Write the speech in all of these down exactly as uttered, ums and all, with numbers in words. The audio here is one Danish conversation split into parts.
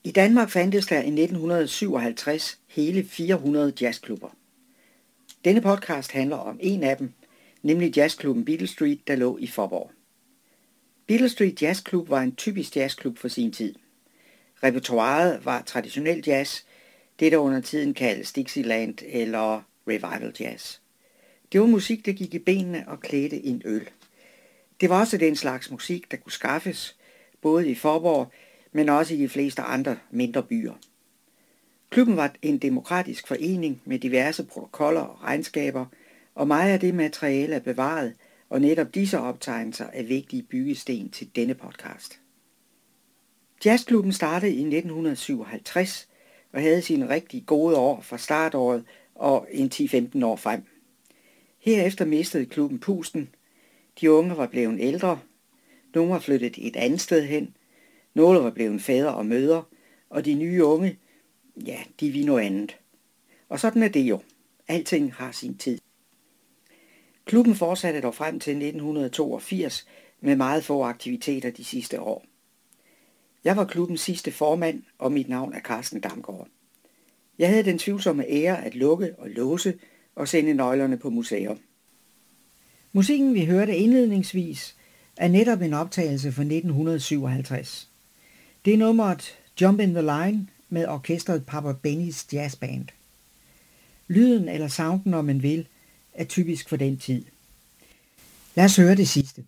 I Danmark fandtes der i nitten syvoghalvtreds hele fire hundrede jazzklubber. Denne podcast handler om en af dem, nemlig jazzklubben Beale Street, der lå i Faaborg. Beale Street Jazzklub var en typisk jazzklub for sin tid. Repertoiret var traditionel jazz, det der under tiden kaldes Dixieland eller Revival Jazz. Det var musik, der gik i benene og klædte en øl. Det var også den slags musik, der kunne skaffes, både i Faaborg, men også i de fleste andre mindre byer. Klubben var en demokratisk forening med diverse protokoller og regnskaber, og meget af det materiale er bevaret, og netop disse optegnelser er vigtige byggesten til denne podcast. Jazzklubben startede i nitten syvoghalvtreds og havde sine rigtig gode år fra startåret og en ti til femten år frem. Herefter mistede klubben pusten. De unge var blevet ældre, nogle var flyttet et andet sted hen, nogle var blevet fædre og mødre, og de nye unge, ja, de vil noget andet. Og sådan er det jo. Alting har sin tid. Klubben fortsatte dog frem til nitten toogfirs med meget få aktiviteter de sidste år. Jeg var klubbens sidste formand, og mit navn er Carsten Damgaard. Jeg havde den tvivlsomme ære at lukke og låse og sende nøglerne på museum. Musikken, vi hørte indledningsvis, er netop en optagelse fra nitten syvoghalvtreds. Det er nummeret Jump in the Line med orkestret Papa Benny's Jazz Band. Lyden eller sounden, om man vil, er typisk for den tid. Lad os høre det sidste.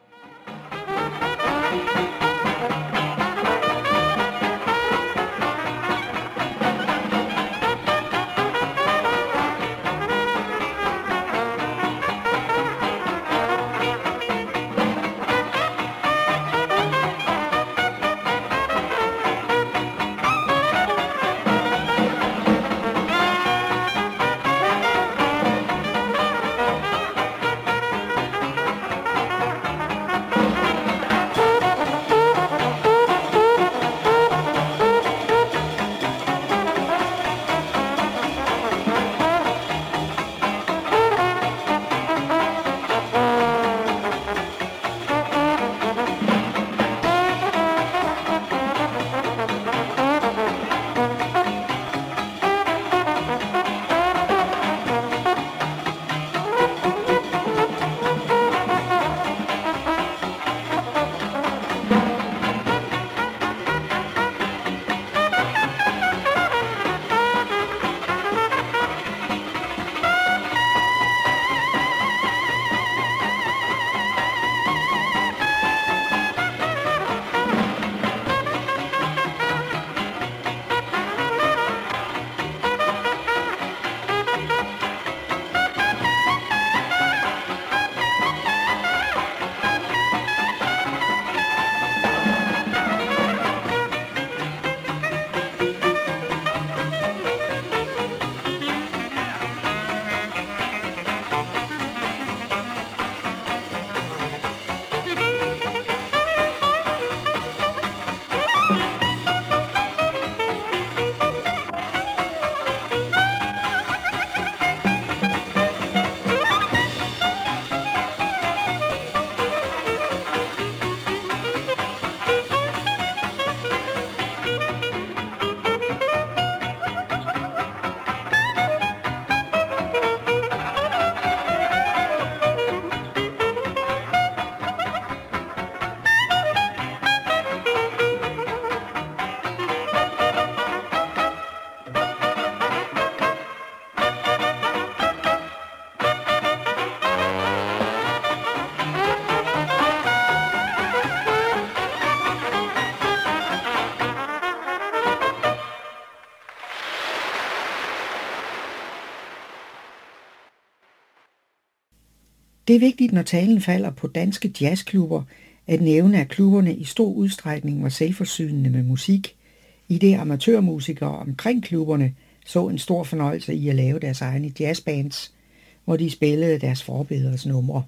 Det er vigtigt, når talen falder på danske jazzklubber, at nævne, at klubberne i stor udstrækning var selvforsynende med musik, i det amatørmusikere omkring klubberne så en stor fornøjelse i at lave deres egne jazzbands, hvor de spillede deres forbedres numre.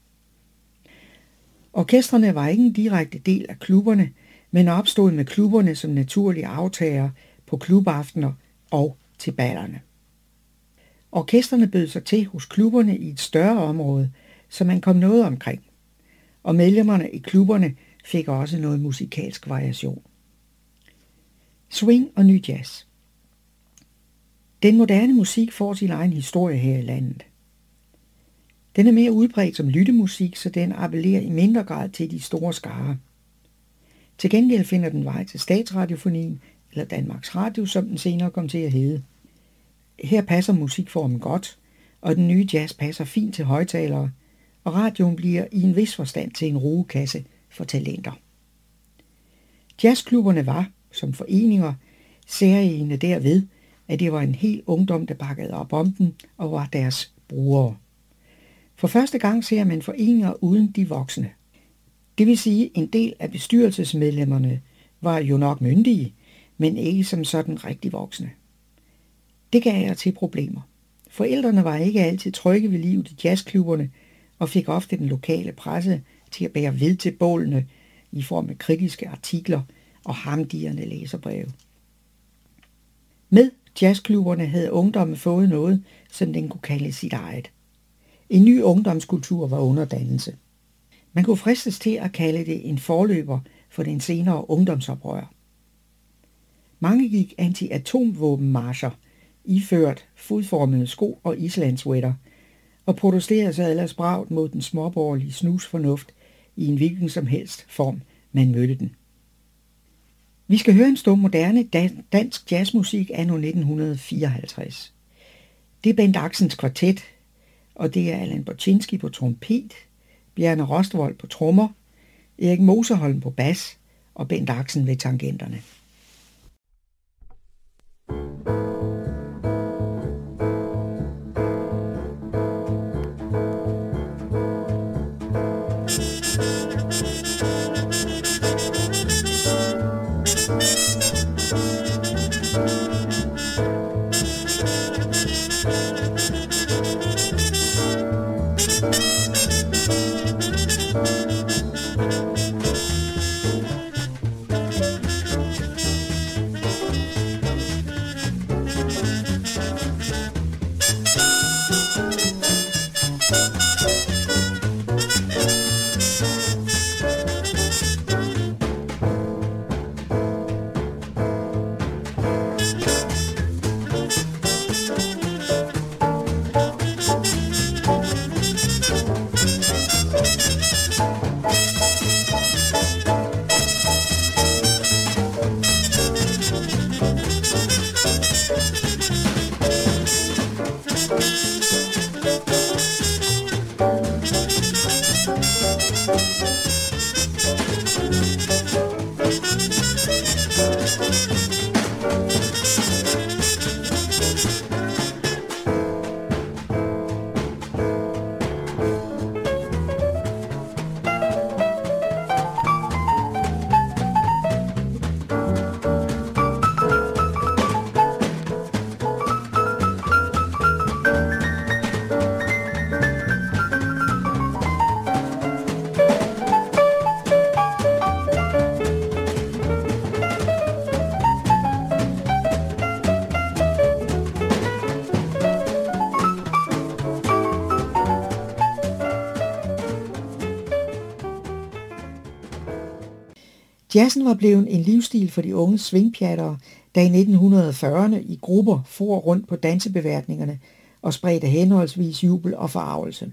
Orkestrene var ikke en direkte del af klubberne, men opstod med klubberne som naturlige aftager på klubaftener og til ballerne. Orkestrene bød sig til hos klubberne i et større område, så man kom noget omkring, og medlemmerne i klubberne fik også noget musikalsk variation. Swing og ny jazz. Den moderne musik får sin egen historie her i landet. Den er mere udbredt som lyttemusik, så den appellerer i mindre grad til de store skarer. Til gengæld finder den vej til statsradiofonien, eller Danmarks Radio, som den senere kom til at hedde. Her passer musikformen godt, og den nye jazz passer fint til højtalere, og radioen bliver i en vis forstand til en rugekasse for talenter. Jazzklubberne var, som foreninger, særegne derved, at det var en hel ungdom, der bakkede op om den og var deres brugere. For første gang ser man foreninger uden de voksne. Det vil sige, at en del af bestyrelsesmedlemmerne var jo nok myndige, men ikke som sådan rigtig voksne. Det gav jer til problemer. Forældrene var ikke altid trygge ved livet i jazzklubberne og fik ofte den lokale presse til at bære ved til bålene i form af kritiske artikler og harmdirrende læserbreve. Med jazzklubberne havde ungdommen fået noget, som den kunne kalde sit eget. En ny ungdomskultur var under dannelse. Man kunne fristes til at kalde det en forløber for den senere ungdomsoprør. Mange gik anti-atomvåbenmarcher, iført fodformede sko og islandswetter, og protesterede sig ellers bragt mod den småborgerlige snusfornuft i en hvilken som helst form, man mødte den. Vi skal høre en stor moderne dansk jazzmusik anno nitten fireoghalvtreds. Det er Bent Axens kvartet, og det er Allan Borczynski på trompet, Bjarne Rostvold på trommer, Erik Moserholm på bas og Bent Axen ved tangenterne. Jazzen var blevet en livsstil for de unge swingpjattere, der i nitten fyrrerne i grupper for rundt på dansebeværtningerne og spredte henholdsvis jubel og forargelse.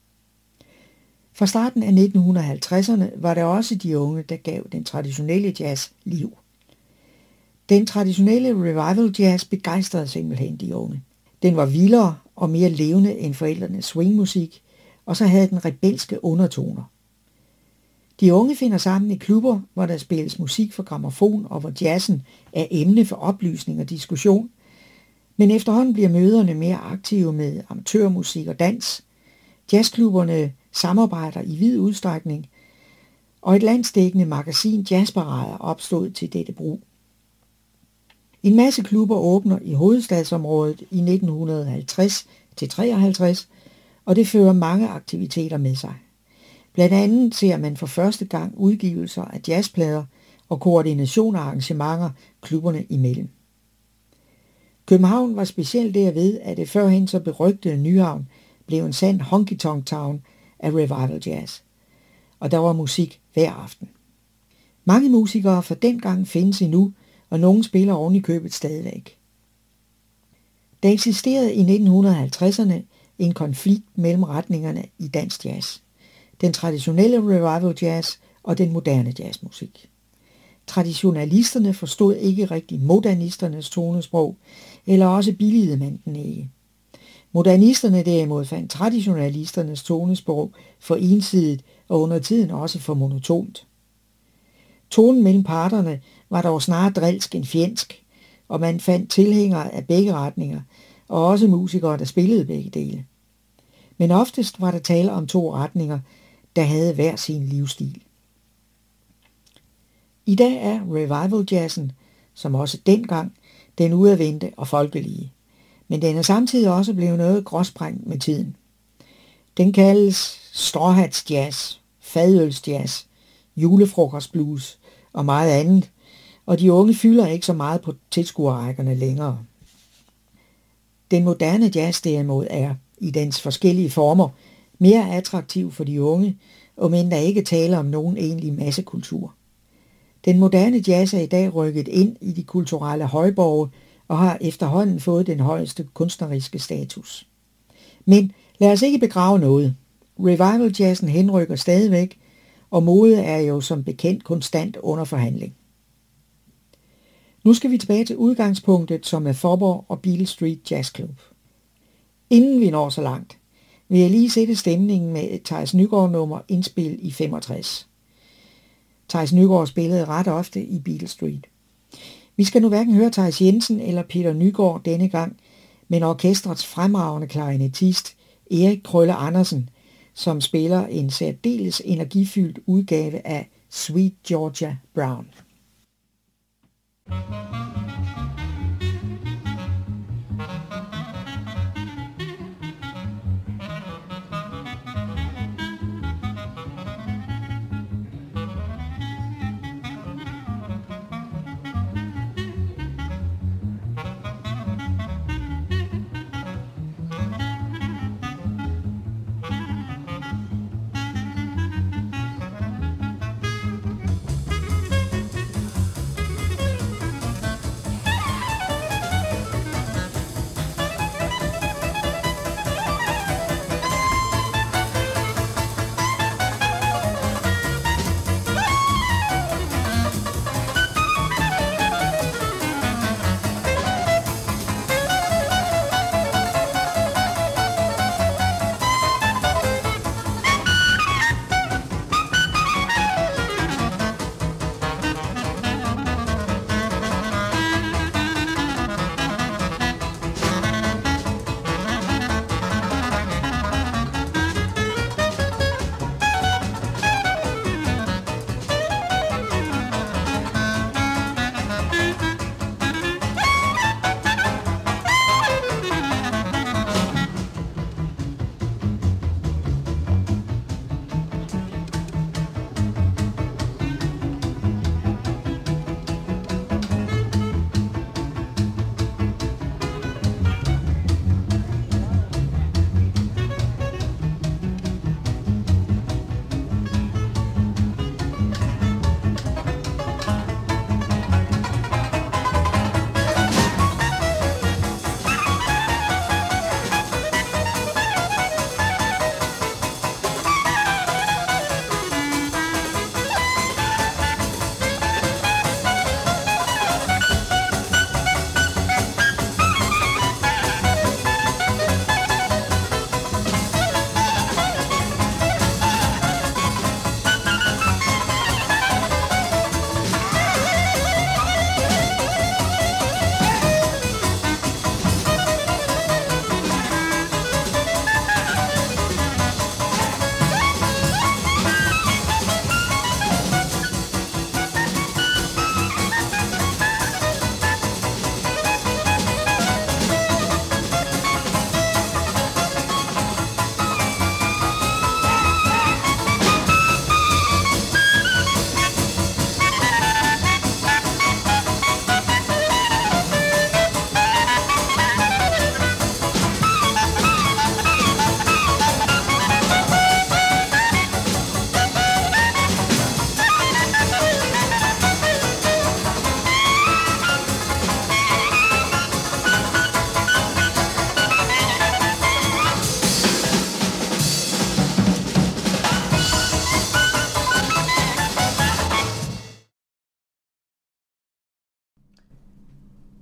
Fra starten af nitten halvtredserne var det også de unge, der gav den traditionelle jazz liv. Den traditionelle revival jazz begejstrede simpelthen de unge. Den var vildere og mere levende end forældrenes swingmusik, og så havde den rebelske undertoner. De unge finder sammen i klubber, hvor der spilles musik for grammofon, og hvor jazzen er emne for oplysning og diskussion. Men efterhånden bliver møderne mere aktive med amatørmusik og dans. Jazzklubberne samarbejder i vid udstrækning, og et landsdækkende magasin Jazzparader opstod til dette brug. En masse klubber åbner i hovedstadsområdet i nitten halvtreds til treoghalvtreds, og det fører mange aktiviteter med sig. Blandt andet ser man for første gang udgivelser af jazzplader og koordination af arrangementer klubberne imellem. København var specielt derved, at det førhen så berygtede Nyhavn blev en sand honky-tonk-town af revival jazz, og der var musik hver aften. Mange musikere fra dengang findes endnu, og nogle spiller oven i købet stadigvæk. Der eksisterede i nitten halvtredserne en konflikt mellem retningerne i dansk jazz. Den traditionelle revival jazz og den moderne jazzmusik. Traditionalisterne forstod ikke rigtig modernisternes tonesprog, eller også billigede man den ikke. Modernisterne derimod fandt traditionalisternes tonesprog for ensidigt og under tiden også for monotont. Tonen mellem parterne var dog snarere drilsk end fjendsk, og man fandt tilhængere af begge retninger, og også musikere, der spillede begge dele. Men oftest var der tale om to retninger, der havde hver sin livsstil. I dag er revival jazzen, som også dengang, den udadvendte og folkelige. Men den er samtidig også blevet noget gråsprængt med tiden. Den kaldes stråhatsjazz, fadølsjazz, julefrokostblues og meget andet, og de unge fylder ikke så meget på tilskuerrækkerne længere. Den moderne jazz derimod er, i dens forskellige former, mere attraktiv for de unge, og men der ikke taler om nogen egentlig massekultur. Den moderne jazz er i dag rykket ind i de kulturelle højborge og har efterhånden fået den højeste kunstneriske status. Men lad os ikke begrave noget. Revival jazzen henrykker stadigvæk, og mode er jo som bekendt konstant under forhandling. Nu skal vi tilbage til udgangspunktet, som er Faaborg og Beale Street Jazz Club. Inden vi når så langt, vil jeg lige sætte stemningen med et Theis Nygaard nummer indspil i femogtres. Theis Nygaard spillede ret ofte i Beale Street. Vi skal nu hverken høre Theis Jensen eller Peter Nygaard denne gang, men orkestrets fremragende klarinettist Erik Krølle Andersen, som spiller en særdeles energifyldt udgave af Sweet Georgia Brown.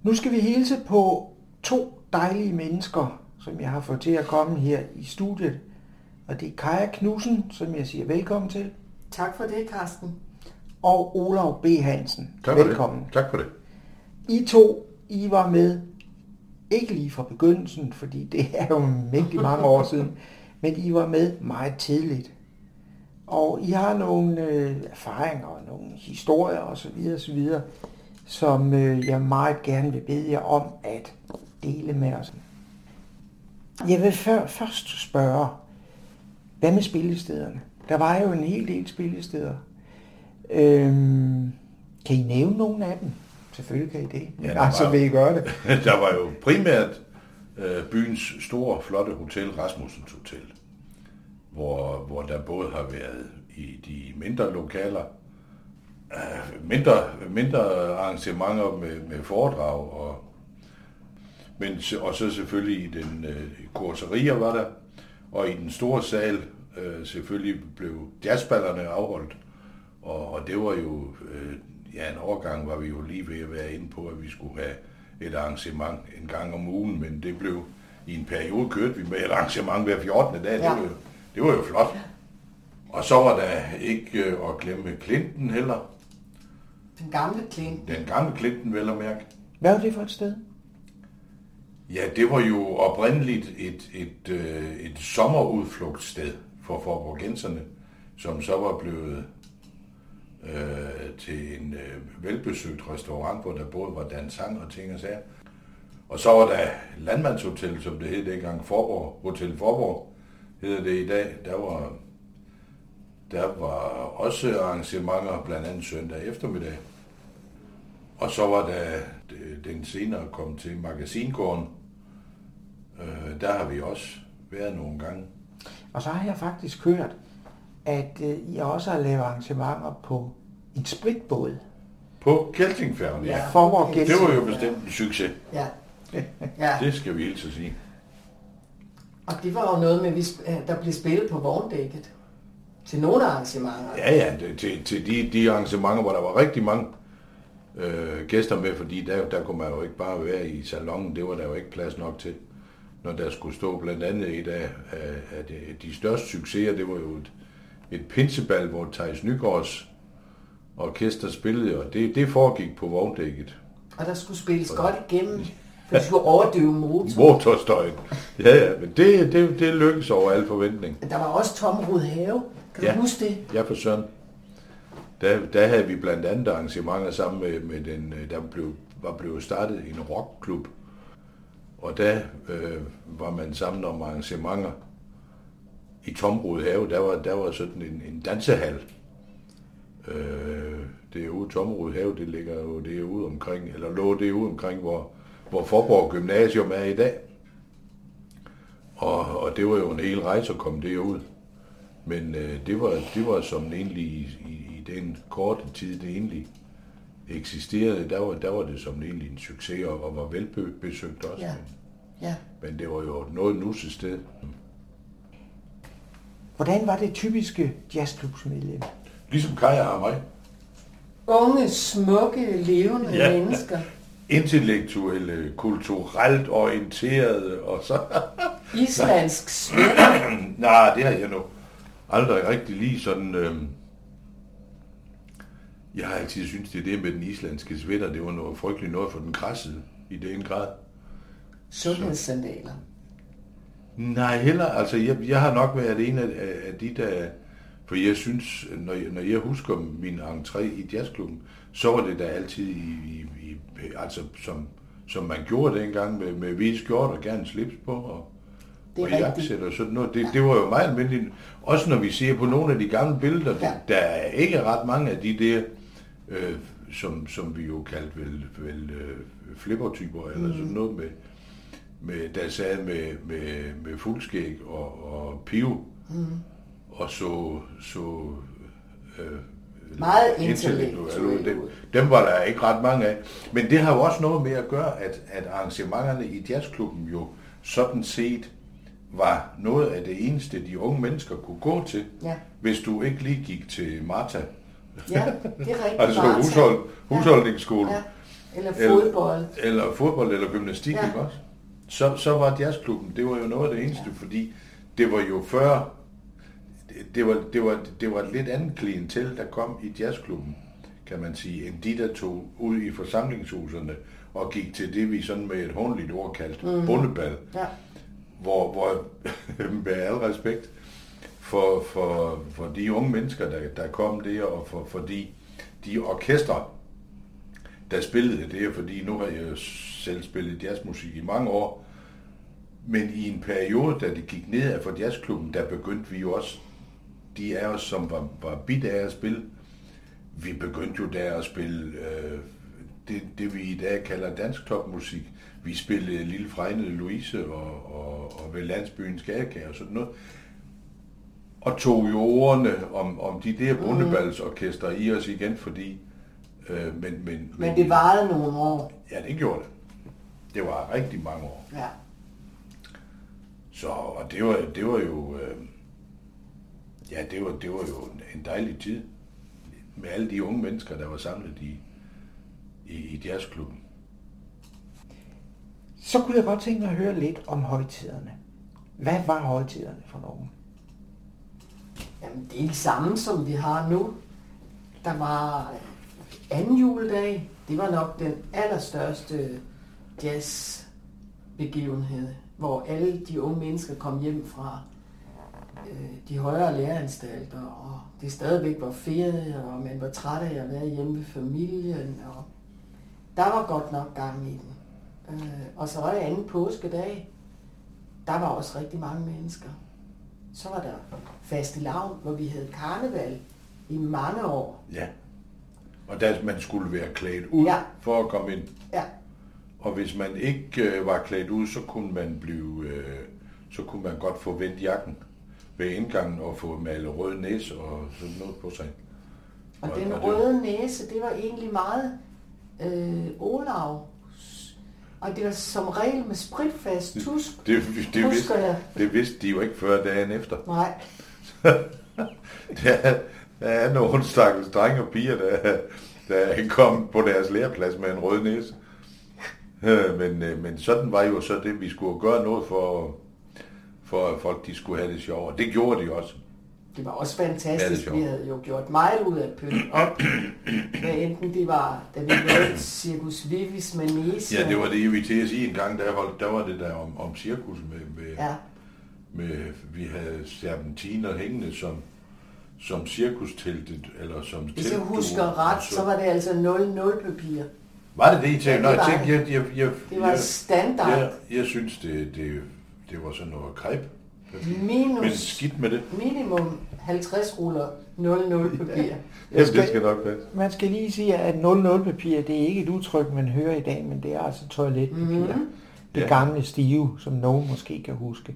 Nu skal vi hilse på to dejlige mennesker, som jeg har fået til at komme her i studiet. Og det er Kaja Knudsen, som jeg siger velkommen til. Tak for det, Carsten. Og Olav B. Hansen. Tak for velkommen. Det. Tak for det. I to, I var med, ikke lige fra begyndelsen, fordi det er jo mægtig mange år siden, men I var med meget tidligt. Og I har nogle øh, erfaringer og nogle historier osv. osv., som øh, jeg meget gerne vil bede jer om at dele med os. Jeg vil før, først spørge, hvad med spillestederne? Der var jo en hel del spillesteder. Øhm, kan I nævne nogle af dem? Selvfølgelig kan I det. Ja, altså vil I gøre det. Der var jo primært øh, byens store, flotte hotel, Rasmussens Hotel, hvor, hvor der både har været i de mindre lokaler, øh, mindre, mindre arrangementer med, med foredrag, og, men, og så selvfølgelig i den øh, kurseria var der, og i den store sal øh, selvfølgelig blev jazzballerne afholdt, og, og det var jo, øh, ja en overgang var vi jo lige ved at være inde på, at vi skulle have et arrangement en gang om ugen, men det blev, i en periode kørte vi med et arrangement hver fjortende dag, ja. det, var jo, det var jo flot. Og så var der ikke at glemme Clinton heller. Den gamle Clinton. Den gamle Clinton, vel at mærke. Hvad var det for et sted? Ja, det var jo oprindeligt et, et, et, et sommerudflugtssted for forborgenserne, som så var blevet øh, til en øh, velbesøgt restaurant, hvor der både var dansang og ting og sager. Og så var der Landmandshotel, som det hed dengang, Forborg, Hotel Forborg hedder det i dag. Der var, der var også arrangementer, blandt andet søndag eftermiddag. Og så var der den senere kom til Magasingården. Øh, der har vi også været nogle gange. Og så har jeg faktisk hørt, at øh, I også har lavet arrangementer på en spritbåd. På Keltingfærgen, ja. Forborg Det var jo bestemt en succes. Ja. ja. Det skal vi helt så sige. Og det var jo noget med, at der blev spillet på vogndækket. Til nogle arrangementer. Ja, ja. Til, til de, de arrangementer, hvor der var rigtig mange øh, gæster med, fordi der, der kunne man jo ikke bare være i salonen. Det var der jo ikke plads nok til. Når der skulle stå blandt andet et af, af, af de, de største succeser, det var jo et, et pinsebal, hvor Theis Nygaards orkester spillede, og det, det foregik på vogndækket. Og der skulle spilles og godt igennem, for det skulle overdøve motor. Motorstøjen. Ja, ja, men det, det, det lykkedes over al forventning. Der var også Tomrud Have. Kan ja. du huske det? Ja, for søren. Der, der havde vi blandt andet arrangementer sammen med, med den, der blev, var blevet startet en rockklub. Og der øh, var man sammen om arrangementer i Tomrud Have. Der var, der var sådan en, en dansehal. Øh, det er ude Tomrud Have, det ligger jo det er ude omkring, eller lå det ude omkring, hvor, hvor Forborg Gymnasium er i dag. Og, og det var jo en hel rejse at komme derud. Men øh, det, var, det var som egentlig i, i, i den korte tid, det egentlig eksisterede, der var, der var det som egentlig en succes og, og var velbesøgt også. Ja. Ja. Men det var jo noget nusset sted. Hvordan var det typiske jazzklubsmedlem? Ligesom Kaja og mig. Unge, smukke, levende ja. mennesker. Intellektuelle, kulturelt orienterede og så... Islandsk svætter. Nej, det har jeg nu aldrig rigtig lige sådan... Øh... Jeg har altid syntes, det er det med den islandske svætter, det var noget frygteligt noget for den krassede i den grad. Sundhedssandaler. Nej, heller. Altså, jeg, jeg har nok været en af, af de, der... For jeg synes, når jeg, når jeg husker min entré i jazzklubben, så var det da altid i, i, i altså som, som man gjorde dengang med, med hvide skjort og gerne slips på og, og jakkesæt og sådan noget. Det, ja. det var jo meget almindeligt. Også når vi ser på nogle af de gamle billeder, ja. der er ikke ret mange af de der, øh, som, som vi jo kaldte vel, vel øh, flippertyper eller mm. sådan noget med, med der sad med, med, med fuldskæg og, og piv. Mm. Og så, så øh, meget intellektuelle. Dem var der ikke ret mange af. Men det har jo også noget med at gøre, at, at arrangementerne i jazzklubben jo sådan set var noget af det eneste, de unge mennesker kunne gå til, ja. Hvis du ikke lige gik til Marta. Ja, det er rigtigt. altså hushold, husholdningsskolen. Ja. Eller fodbold. Eller, eller fodbold eller gymnastik, ja. Ikke også? Så, så var jazzklubben, det var jo noget af det eneste, ja. Fordi det var jo før, det, det, var, det, var, det var et lidt andet klientel, der kom i jazzklubben, kan man sige, end de, der tog ud i forsamlingshusene og gik til det, vi sådan med et håndligt ord kaldte mm-hmm. bondebal. Ja. Hvor, hvor med al respekt for, for, for de unge mennesker, der, der kom der, og for, for de, de orkestre, der spillede det, fordi nu har jeg jo selv spillet jazzmusik i mange år, men i en periode, da det gik ned af for jazzklubben, der begyndte vi jo også, de af os, som var, var bit af at spille, vi begyndte jo der at spille øh, det, det, vi i dag kalder dansk topmusik. Vi spillede Lille Fregnede Louise og, og, og ved Landsbyens Skagekær og sådan noget. Og tog jo ordene om, om de der bundebalsorkester i os igen, fordi... Øh, men, men, men, men det varede nogle år. Ja, det gjorde det. Det var rigtig mange år. Ja. Så, og det var, det var jo... Øh, ja, det var, det var jo en dejlig tid. Med alle de unge mennesker, der var samlet i, i, i jazzklubben. Så kunne jeg godt tænke mig at høre lidt om højtiderne. Hvad var højtiderne for nogen? Jamen, det er det samme, som vi har nu. Der var anden juledag. Det var nok den allerstørste jazzbegivenhed, hvor alle de unge mennesker kom hjem fra øh, de højere læreanstalter, og det stadigvæk var ferie, og man var træt af at være hjemme ved familien, og der var godt nok gang i den. Øh, og så var det anden påskedag. Der var også rigtig mange mennesker. Så var der fastelavn, hvor vi havde karneval i mange år. Ja, og der man skulle være klædt ud ja. For at komme ind. Ja. Og hvis man ikke øh, var klædt ud, så kunne man blive, øh, så kunne man godt få vendt jakken ved indgangen og få malet rød næse og sådan noget på sig. Og, og den og røde var... næse, det var egentlig meget øh, Olav. Og det var som regel med spritfast tusk. Det, det, det, vidste, det vidste de jo ikke før dagen efter. Nej. der, der er nogle stakkels drenge og piger, der, der kom på deres læreplads med en rød næse. Men, men sådan var jo så det, vi skulle gøre noget for, for at folk de skulle have det sjovt. Og det gjorde de også. Det var også fantastisk. Vi havde jo gjort meget ud af at pynte op. Hvad enten det var, da vi lavede Circus Vivis med næse. Ja, det var det, vi til at sige en gang, der, holdt, der var det der om, om cirkus med, med, ja. med, vi havde serpentiner hængende som, som cirkusteltet, eller som hvis jeg husker ret, så var det altså nul nul papir. Var det det, I tænkte? Ja, Nå, jeg tænkte, jeg, jeg, jeg, det var jeg, standard. Jeg, jeg synes, det, det, det var sådan noget kræb. Minus, men skidt med det. Minimum halvtreds ruller nul nul papir. Ja, det skal nok passe. Man skal lige sige, at nul nul papir, det er ikke et udtryk, man hører i dag, men det er altså toiletpapir. Mm-hmm. Det ja. Gamle stive, som nogen måske kan huske.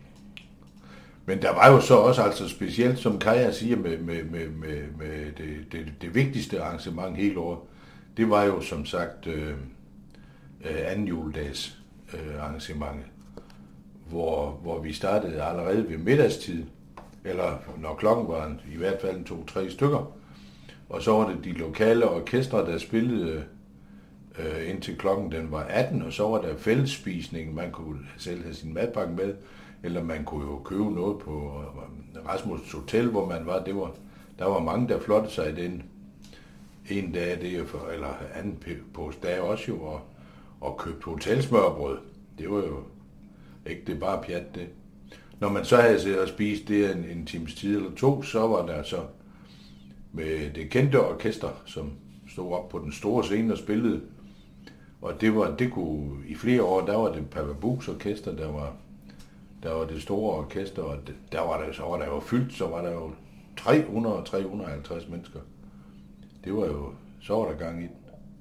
Men der var jo så også altså specielt, som Kaja siger, med, med, med, med, med det, det, det vigtigste arrangement hele året. Det var jo som sagt øh, øh, anden juledags øh, arrangementet. Hvor, hvor vi startede allerede ved middagstid, eller når klokken var en, i hvert fald en to-tre stykker. Og så var det de lokale orkestre, der spillede øh, indtil klokken den var atten, og så var der fællesspisning. Man kunne selv have sin madpakke med, eller man kunne jo købe noget på Rasmus Hotel, hvor man var. Det var der var mange, der flottede sig den en dag, det for, eller anden påskedag også jo, og, og købte hotelsmørbrød. Det var jo ikke det bare pjat det. Når man så havde siddet og spist det en, en times tid eller to, så var der så med det kendte orkester, som stod op på den store scene og spillede. Og det var, det kunne, i flere år, der var det Papa Buchs orkester, der var, der var det store orkester, og det, der var der, så var der jo fyldt, så var der jo tre hundrede til tre hundrede og halvtreds mennesker. Det var jo, så var der gang i den.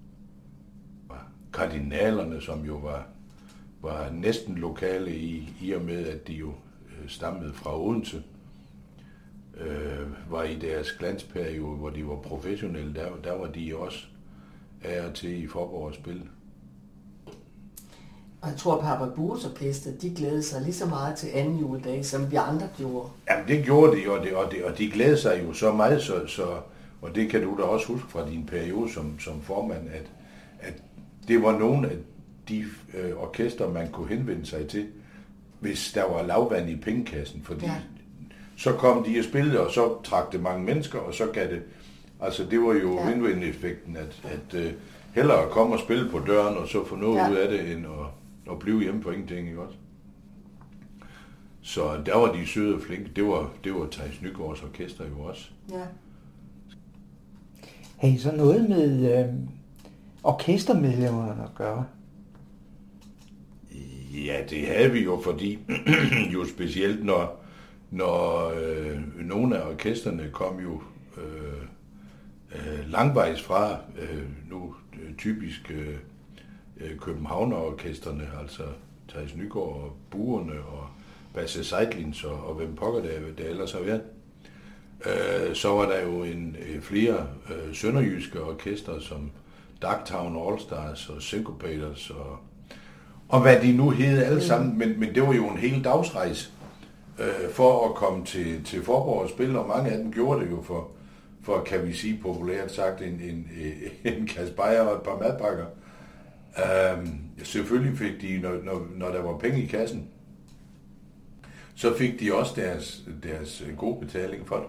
Kardinalerne, som jo var var næsten lokale i, i og med, at de jo øh, stammede fra Odense, øh, var i deres glansperiode, hvor de var professionelle, der, der var de også af og til i Faaborg at spille. Og jeg tror, Papa Buchs orkester, de glædede sig lige så meget til anden juledag, som vi andre gjorde. Jamen, det gjorde de, og, det, og, det, og de glædede sig jo så meget, så, så, og det kan du da også huske fra din periode som, som formand, at at det var nogle af de øh, orkester, man kunne henvende sig til, hvis der var lavvand i pengekassen, fordi ja. så kom de og spillede, og så trak det mange mennesker, og så gav det, altså det var jo ja. win-win-effekten, at, at øh, hellere komme og spille på døren, og så få noget ja. ud af det, end at, at blive hjemme på ingenting, ikke også? Så der var de søde og flinke. Det var, det var Theis Nygaards orkester jo også. Ja. Har I så noget med øh, orkestermedlemmerne at gøre? Ja, det havde vi jo, fordi jo specielt når, når øh, nogle af orkesterne kom jo øh, øh, langvejs fra, øh, nu øh, typisk øh, Københavner-orkesterne, altså Theis Nygaard og Buerne og Basse Seidlins og, og hvem pokker der, der ellers har været. Øh, så var der jo en, flere øh, sønderjyske orkester som Darktown All Stars og Syncopators og, og hvad de nu hed alle sammen, men, men det var jo en hel dagsrejse øh, for at komme til, til Faaborg og spille, og mange af dem gjorde det jo for, for kan vi sige populært sagt, en, en, en kasse bajer og et par madpakker. Øh, selvfølgelig fik de, når, når, når der var penge i kassen, så fik de også deres, deres gode betaling for det.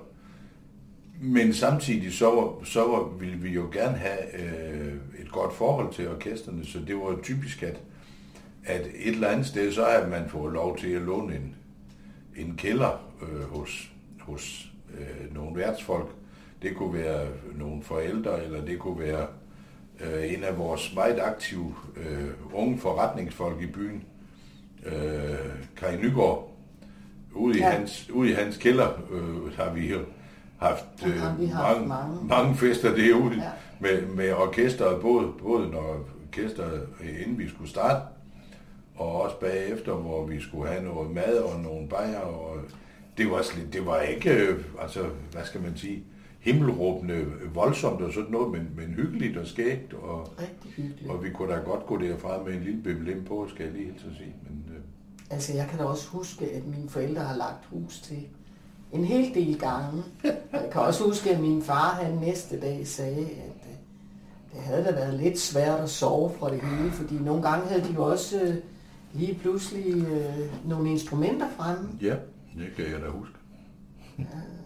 Men samtidig så, var, så var, ville vi jo gerne have øh, et godt forhold til orkesterne, så det var typisk, at, at et eller andet sted, så havde man fået lov til at låne en, en kælder øh, hos, hos øh, nogle værtsfolk. Det kunne være nogle forældre, eller det kunne være øh, en af vores meget aktive øh, unge forretningsfolk i byen, øh, Kai Nygaard. Ude i, ja. hans, ude i hans kælder øh, har vi jo haft, øh, har vi haft mange, mange. mange fester derude ja. med, med orkestret, både, både når orkestret, inden vi skulle starte, og også bagefter, hvor vi skulle have noget mad og nogle bajer. Og det var, slet, det var ikke, øh, altså, hvad skal man sige, himmelråbende voldsomt og sådan noget, men, men hyggeligt og skægt. Og, rigtig hyggeligt. Og vi kunne da godt gå derfra med en lille bimmelim på, skal jeg lige helt så sige. Men, øh, Altså, jeg kan da også huske, at mine forældre har lagt hus til en hel del gange. Jeg kan også huske, at min far han næste dag sagde, at det havde da været lidt svært at sove fra det hele, fordi nogle gange havde de jo også øh, lige pludselig øh, nogle instrumenter fremme. Ja, det kan jeg da huske. Ja.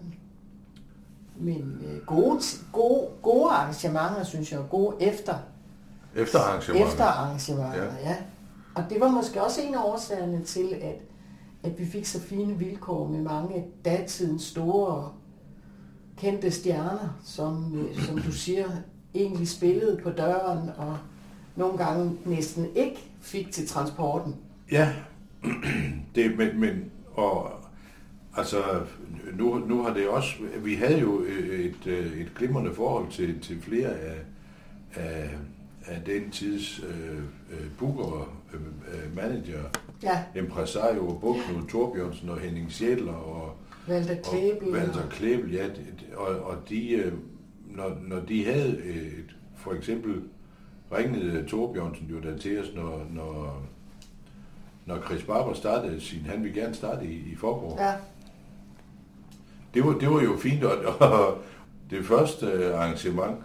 Men øh, gode, gode, gode arrangementer, synes jeg, gode efter. Efterarrangementer. Efterarrangementer, ja. ja. Og det var måske også en af årsagerne til, at, at vi fik så fine vilkår med mange af datidens store kendte stjerner, som, som du siger, egentlig spillede på døren og nogle gange næsten ikke fik til transporten. Ja, det, men, men og, altså, nu, nu har det også, vi havde jo et, et glimrende forhold til, til flere af, af af den tids øh, øh, booker, øh, manager, ja. impresario, både Knud Thorbjørnsen og Henning Schædler og Walter Klæbel. Og Walter Klæbel, ja, og, og de, øh, når, når de havde et, for eksempel ringede Thorbjørnsen jo der til os, når, når, når Chris Barber startede sin, han ville gerne starte i, i Faaborg. Ja. Det var, det var jo fint, og, og det første arrangement,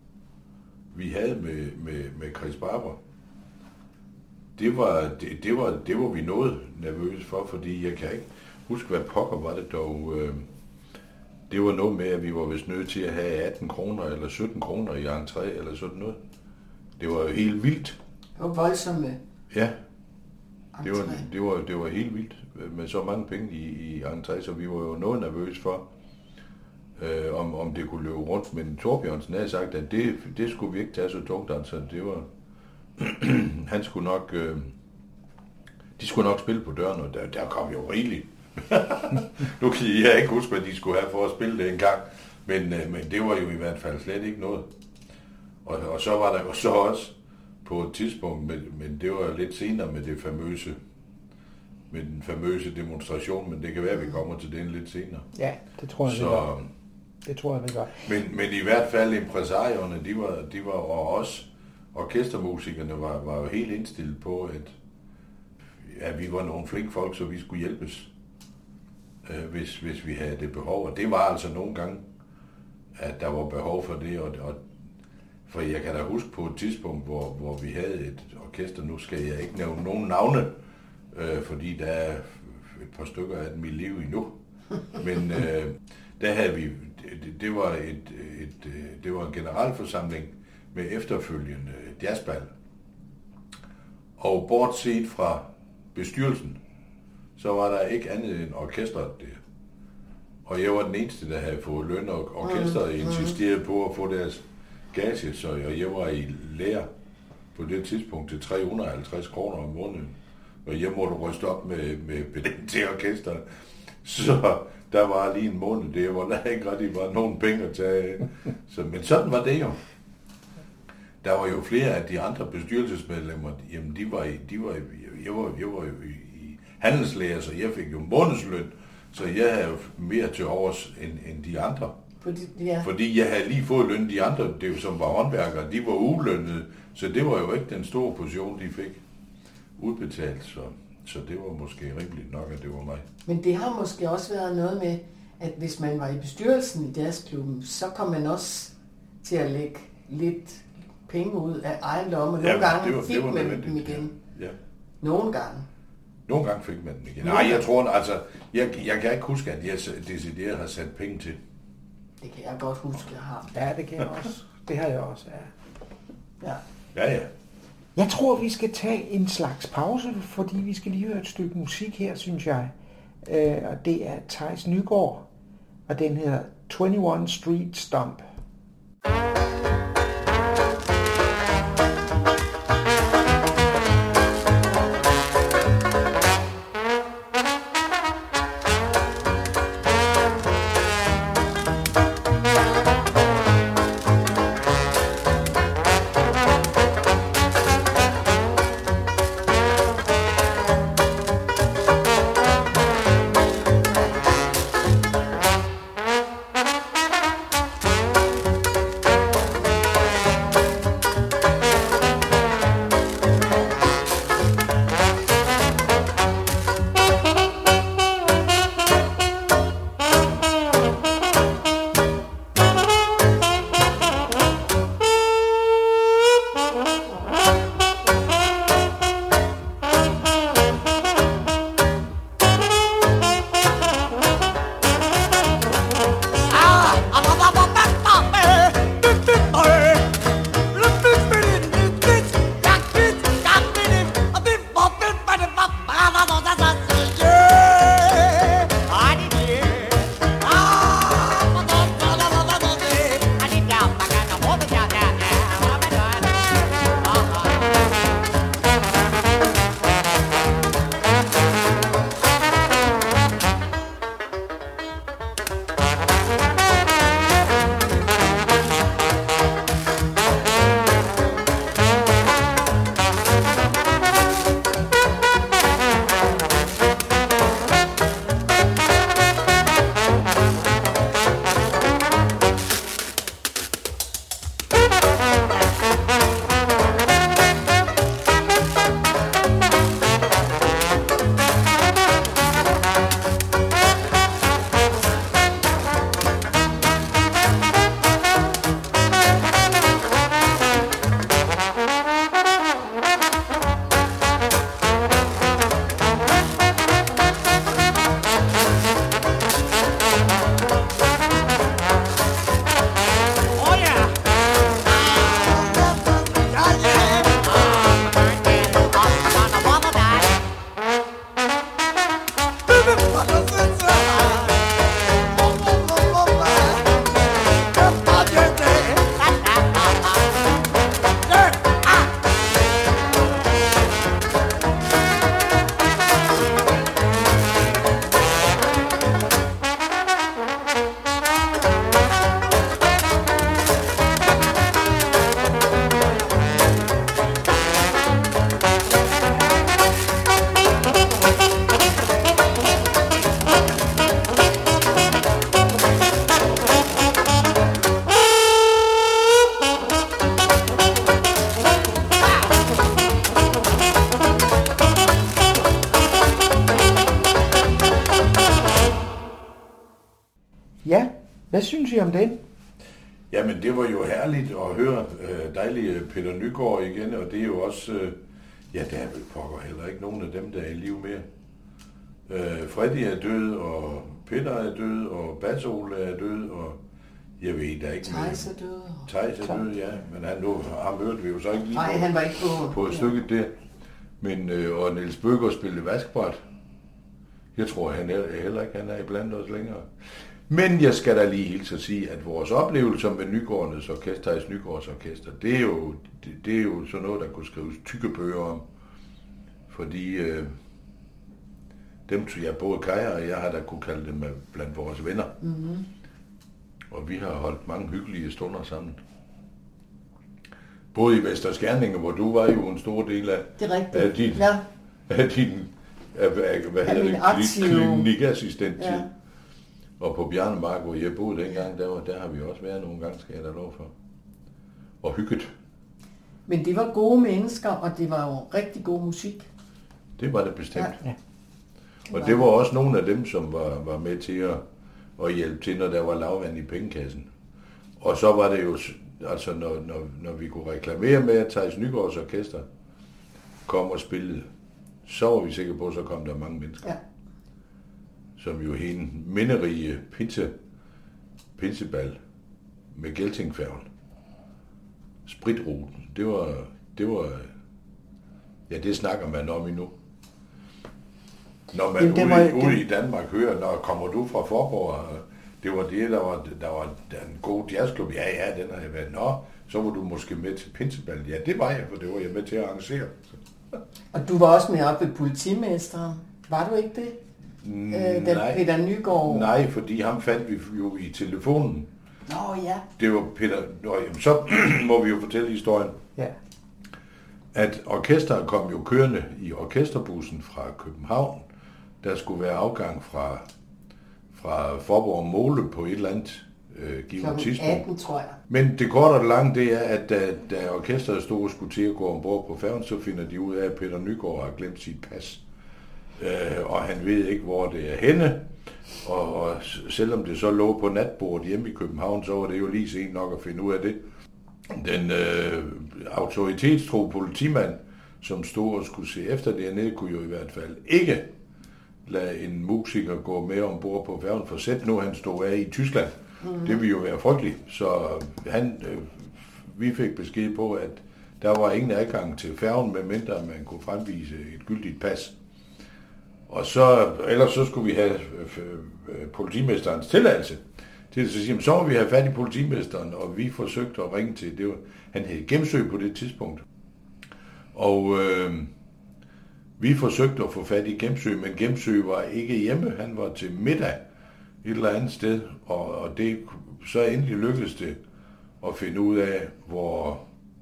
vi havde med, med, med Chris Barber, det var, det, det, var, det var vi noget nervøse for, fordi jeg kan ikke huske, hvad pokker var det dog. Øh, det var noget med, at vi var vist nødt til at have atten kroner eller sytten kroner i entré eller sådan noget. Det var jo helt vildt. Og voldsomme. Ja, det var, det, var, det var helt vildt med så mange penge i, i entré, så vi var jo noget nervøse for, Øh, om, om det kunne løbe rundt, men Thorbjørnsen havde sagt, at det, det skulle vi ikke tage så tungt, altså det var, han skulle nok, øh, de skulle nok spille på døren, og der, der kom jo rigeligt. Nu kan jeg ikke huske, hvad de skulle have for at spille det en gang, men, øh, men det var jo i hvert fald slet ikke noget. Og, og så var der jo så også på et tidspunkt, men, men det var lidt senere med det famøse, med den famøse demonstration, men det kan være, at vi kommer til den lidt senere. Ja, det tror jeg, så, vi gør. Det tror jeg, vi gør. Men, men i hvert fald impresarierne, de var, de var og også orkestermusikerne var, var jo helt indstillet på, at ja, vi var nogle flinke folk, så vi skulle hjælpes, øh, hvis, hvis vi havde det behov. Og det var altså nogle gange, at der var behov for det, og, og For jeg kan da huske på et tidspunkt, hvor, hvor vi havde et orkester, nu skal jeg ikke nævne nogen navne, øh, fordi der er et par stykker af dem i liv endnu. Men øh, der havde vi, det, det, var et, et, det var en generalforsamling med efterfølgende jazzbal. Og bortset fra bestyrelsen, så var der ikke andet end orkestret der. Og jeg var den eneste, der havde fået løn, og orkestret insisterede på at få deres gage, så jeg var i lære på det tidspunkt til tre hundrede og halvtreds kroner om måneden. Og jeg måtte ryste op med, med billet til orkestret. Så der var lige en måned der, hvor der ikke rigtig var nogen penge at tage af. Så, men sådan var det jo. Der var jo flere af de andre bestyrelsesmedlemmer, jamen de var, de var, jeg var, jeg var jo i handelslærer, så jeg fik jo månedsløn, så jeg havde jo mere til overs end, end de andre. Fordi, ja. Fordi jeg havde lige fået løn, de andre, det jo, som var håndværkere, de var ulønnede, så det var jo ikke den store portion, de fik udbetalt, så, så det var måske rimeligt nok, at det var mig. Men det har måske også været noget med, at hvis man var i bestyrelsen i jazzklubben, så kom man også til at lægge lidt penge ud af egen lomme. Nogle ja, gange det var, fik det var man dem igen. Ja. Nogle gange. Nogle gange fik man dem igen. Nej, jeg tror, altså, jeg, jeg kan ikke huske, at jeg decideret har sat penge til. Det kan jeg godt huske, jeg har. Ja, det kan jeg også. Det har jeg også, ja. Ja. Ja, ja. Jeg tror, vi skal tage en slags pause, fordi vi skal lige høre et stykke musik her, synes jeg. Øh, og det er Theis Nygaard, og den hedder enogtyve Street Stomp. Ja, hvad synes I om den? Jamen, det var jo herligt at høre øh, dejlige Peter Nygaard igen, og det er jo også, øh, ja, der er vel pokker heller ikke nogen af dem, der er i liv mere. Øh, Freddy er død, og Peter er død, og Basse-Ole er død, og jeg ved der ikke mere. Theis er død. Theis er død, ja, men han, nu, ham hørte vi jo så ikke lige Nej, på, han var ikke på, på et stykke der. Men, øh, og Niels Bøger spillede vaskebræt. Jeg tror han er, heller ikke, han er iblandt os længere. Men jeg skal da lige hilse at sige, at vores oplevelser med Nygårdenes Orkester, Theis Nygaards Orkester, det er, jo, det, det er jo sådan noget, der kunne skrives tykke bøger om. Fordi øh, dem, jeg både Kaja og jeg har da kunne kalde dem blandt vores venner. Mm-hmm. Og vi har holdt mange hyggelige stunder sammen. Både i Vester Skærninge, hvor du var jo en stor del af, det er rigtigt. af din, ja. af din af, af, hvad hedder det, aktive... klinikassistent-tid. Ja. Og på Bjarnemark, hvor jeg boede dengang, der, var, der har vi også været nogle gange, skal jeg da lov for. Og hygget. Men det var gode mennesker, og det var jo rigtig god musik. Det var det bestemt. Ja. Ja. Det og det var også nogle af dem, som var, var med til at, at hjælpe til, når der var lavvand i pengekassen. Og så var det jo, altså når, når, når vi kunne reklamere med, at Theis Nygaards Orkester kom og spillede, så var vi sikre på, at så kom der mange mennesker. Ja. Som jo hende minderige pinse, pinsebal med Geltingfærgen. Spritruten. Det var, det var, ja, det snakker man om endnu. Når man Jamen, ude, var, ude i Danmark hører, når kommer du fra Forborg, det var det, der var, der var en god jazzklub. Ja, ja, den har jeg været. Nå, så var du måske med til pinsebal. Ja, det var jeg, for det var jeg med til at arrangere. Og du var også med oppe ved politimesteren. Var du ikke det? Mm, øh, nej. Peter Nygaard. Nej, fordi ham fandt vi jo i telefonen. Nå ja. Det var Peter. Nå, jamen, så må vi jo fortælle historien. Ja. At orkestret kom jo kørende i orkesterbussen fra København. Der skulle være afgang fra, fra Forborg Måle på et eller andet øh, givet tidspunkt. atten, tror jeg. Men det korte og det lange, det er, at da, da orkestret stod og skulle til at gå ombord på færgen, så finder de ud af, at Peter Nygaard har glemt sit pas. Øh, og han ved ikke, hvor det er henne. Og, og selvom det så lå på natbordet hjemme i København, så var det jo lige sent nok at finde ud af det. Den øh, autoritetstro politimand, som stod og skulle se efter dernede, kunne jo i hvert fald ikke lade en musiker gå med ombord på færgen, for sæt nu han stod af i Tyskland. Mm-hmm. Det ville jo være frygteligt. Så han, øh, vi fik besked på, at der var ingen adgang til færgen, medmindre man kunne fremvise et gyldigt pas. Og så, ellers så skulle vi have øh, politimesterens tilladelse til at sige, så må vi have fat i politimesteren, og vi forsøgte at ringe til, det var, han hed Gemsø på det tidspunkt. Og øh, vi forsøgte at få fat i Gemsø, men Gemsø var ikke hjemme, han var til middag et eller andet sted, og, og det så endelig lykkedes det at finde ud af, hvor,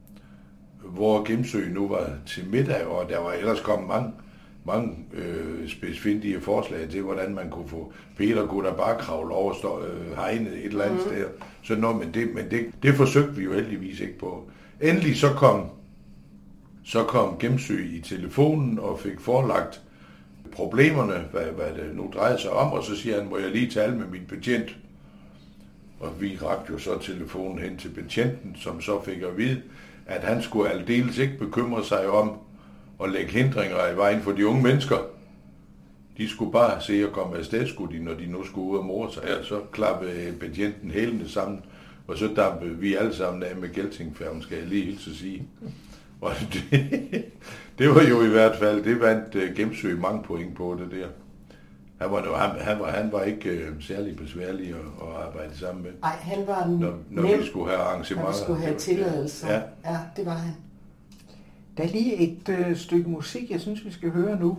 hvor Gemsø nu var til middag, og der var ellers kommet mange mange øh, specifikke forslag til, hvordan man kunne få Peter kunne der bare kravle over stå, øh, hegnet et eller andet mm. sted. Så nå, men, det, men det, det forsøgte vi jo heldigvis ikke på. Endelig så kom, så kom Gemsø i telefonen og fik forelagt problemerne, hvad, hvad det nu drejer sig om, og så siger han, må jeg lige tale med min betjent. Og vi rakte jo så telefonen hen til betjenten, som så fik at vide, at han skulle aldeles ikke bekymre sig om og lægge hindringer i vejen for de unge mennesker. De skulle bare se at komme afsted, skulle de, når de nu skulle ud og more sig. Ja, så klappede betjenten hælene sammen, og så dampede vi alle sammen af med Geltingfærgen, skal jeg lige hilse at sige. Og det, det var jo i hvert fald, det vandt uh, Gemsø mange point på det der. Han var, jo, han, han var, han var ikke uh, særlig besværlig at, at arbejde sammen med. Nej, han var når, når nem, vi skulle have arrangementer. Han skulle have tilladelser. Ja. Ja, det var han. Der er lige et øh, stykke musik, jeg synes, vi skal høre nu.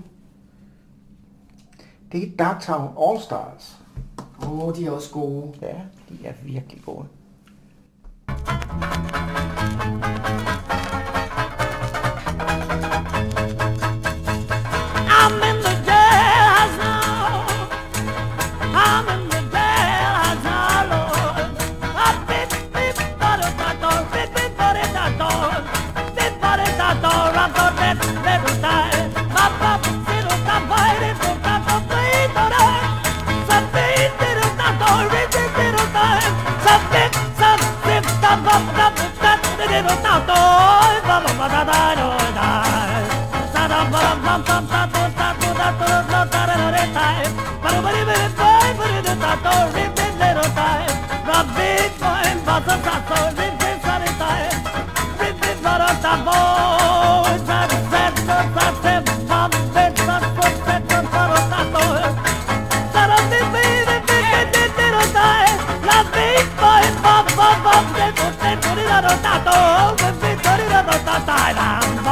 Det er Darktown All Stars. Åh, oh, de er også gode. Ja, de er virkelig gode. I'm in the jailhouse now. I'm in the jailhouse now, Lord. Ah, beep, beep, bada, bada, beep, beep, bada, bada, beep, bada, bada, bada, beep, little time. Papa, little time, bada, bada, bada, some beep, little time, little time, some beep, some beep.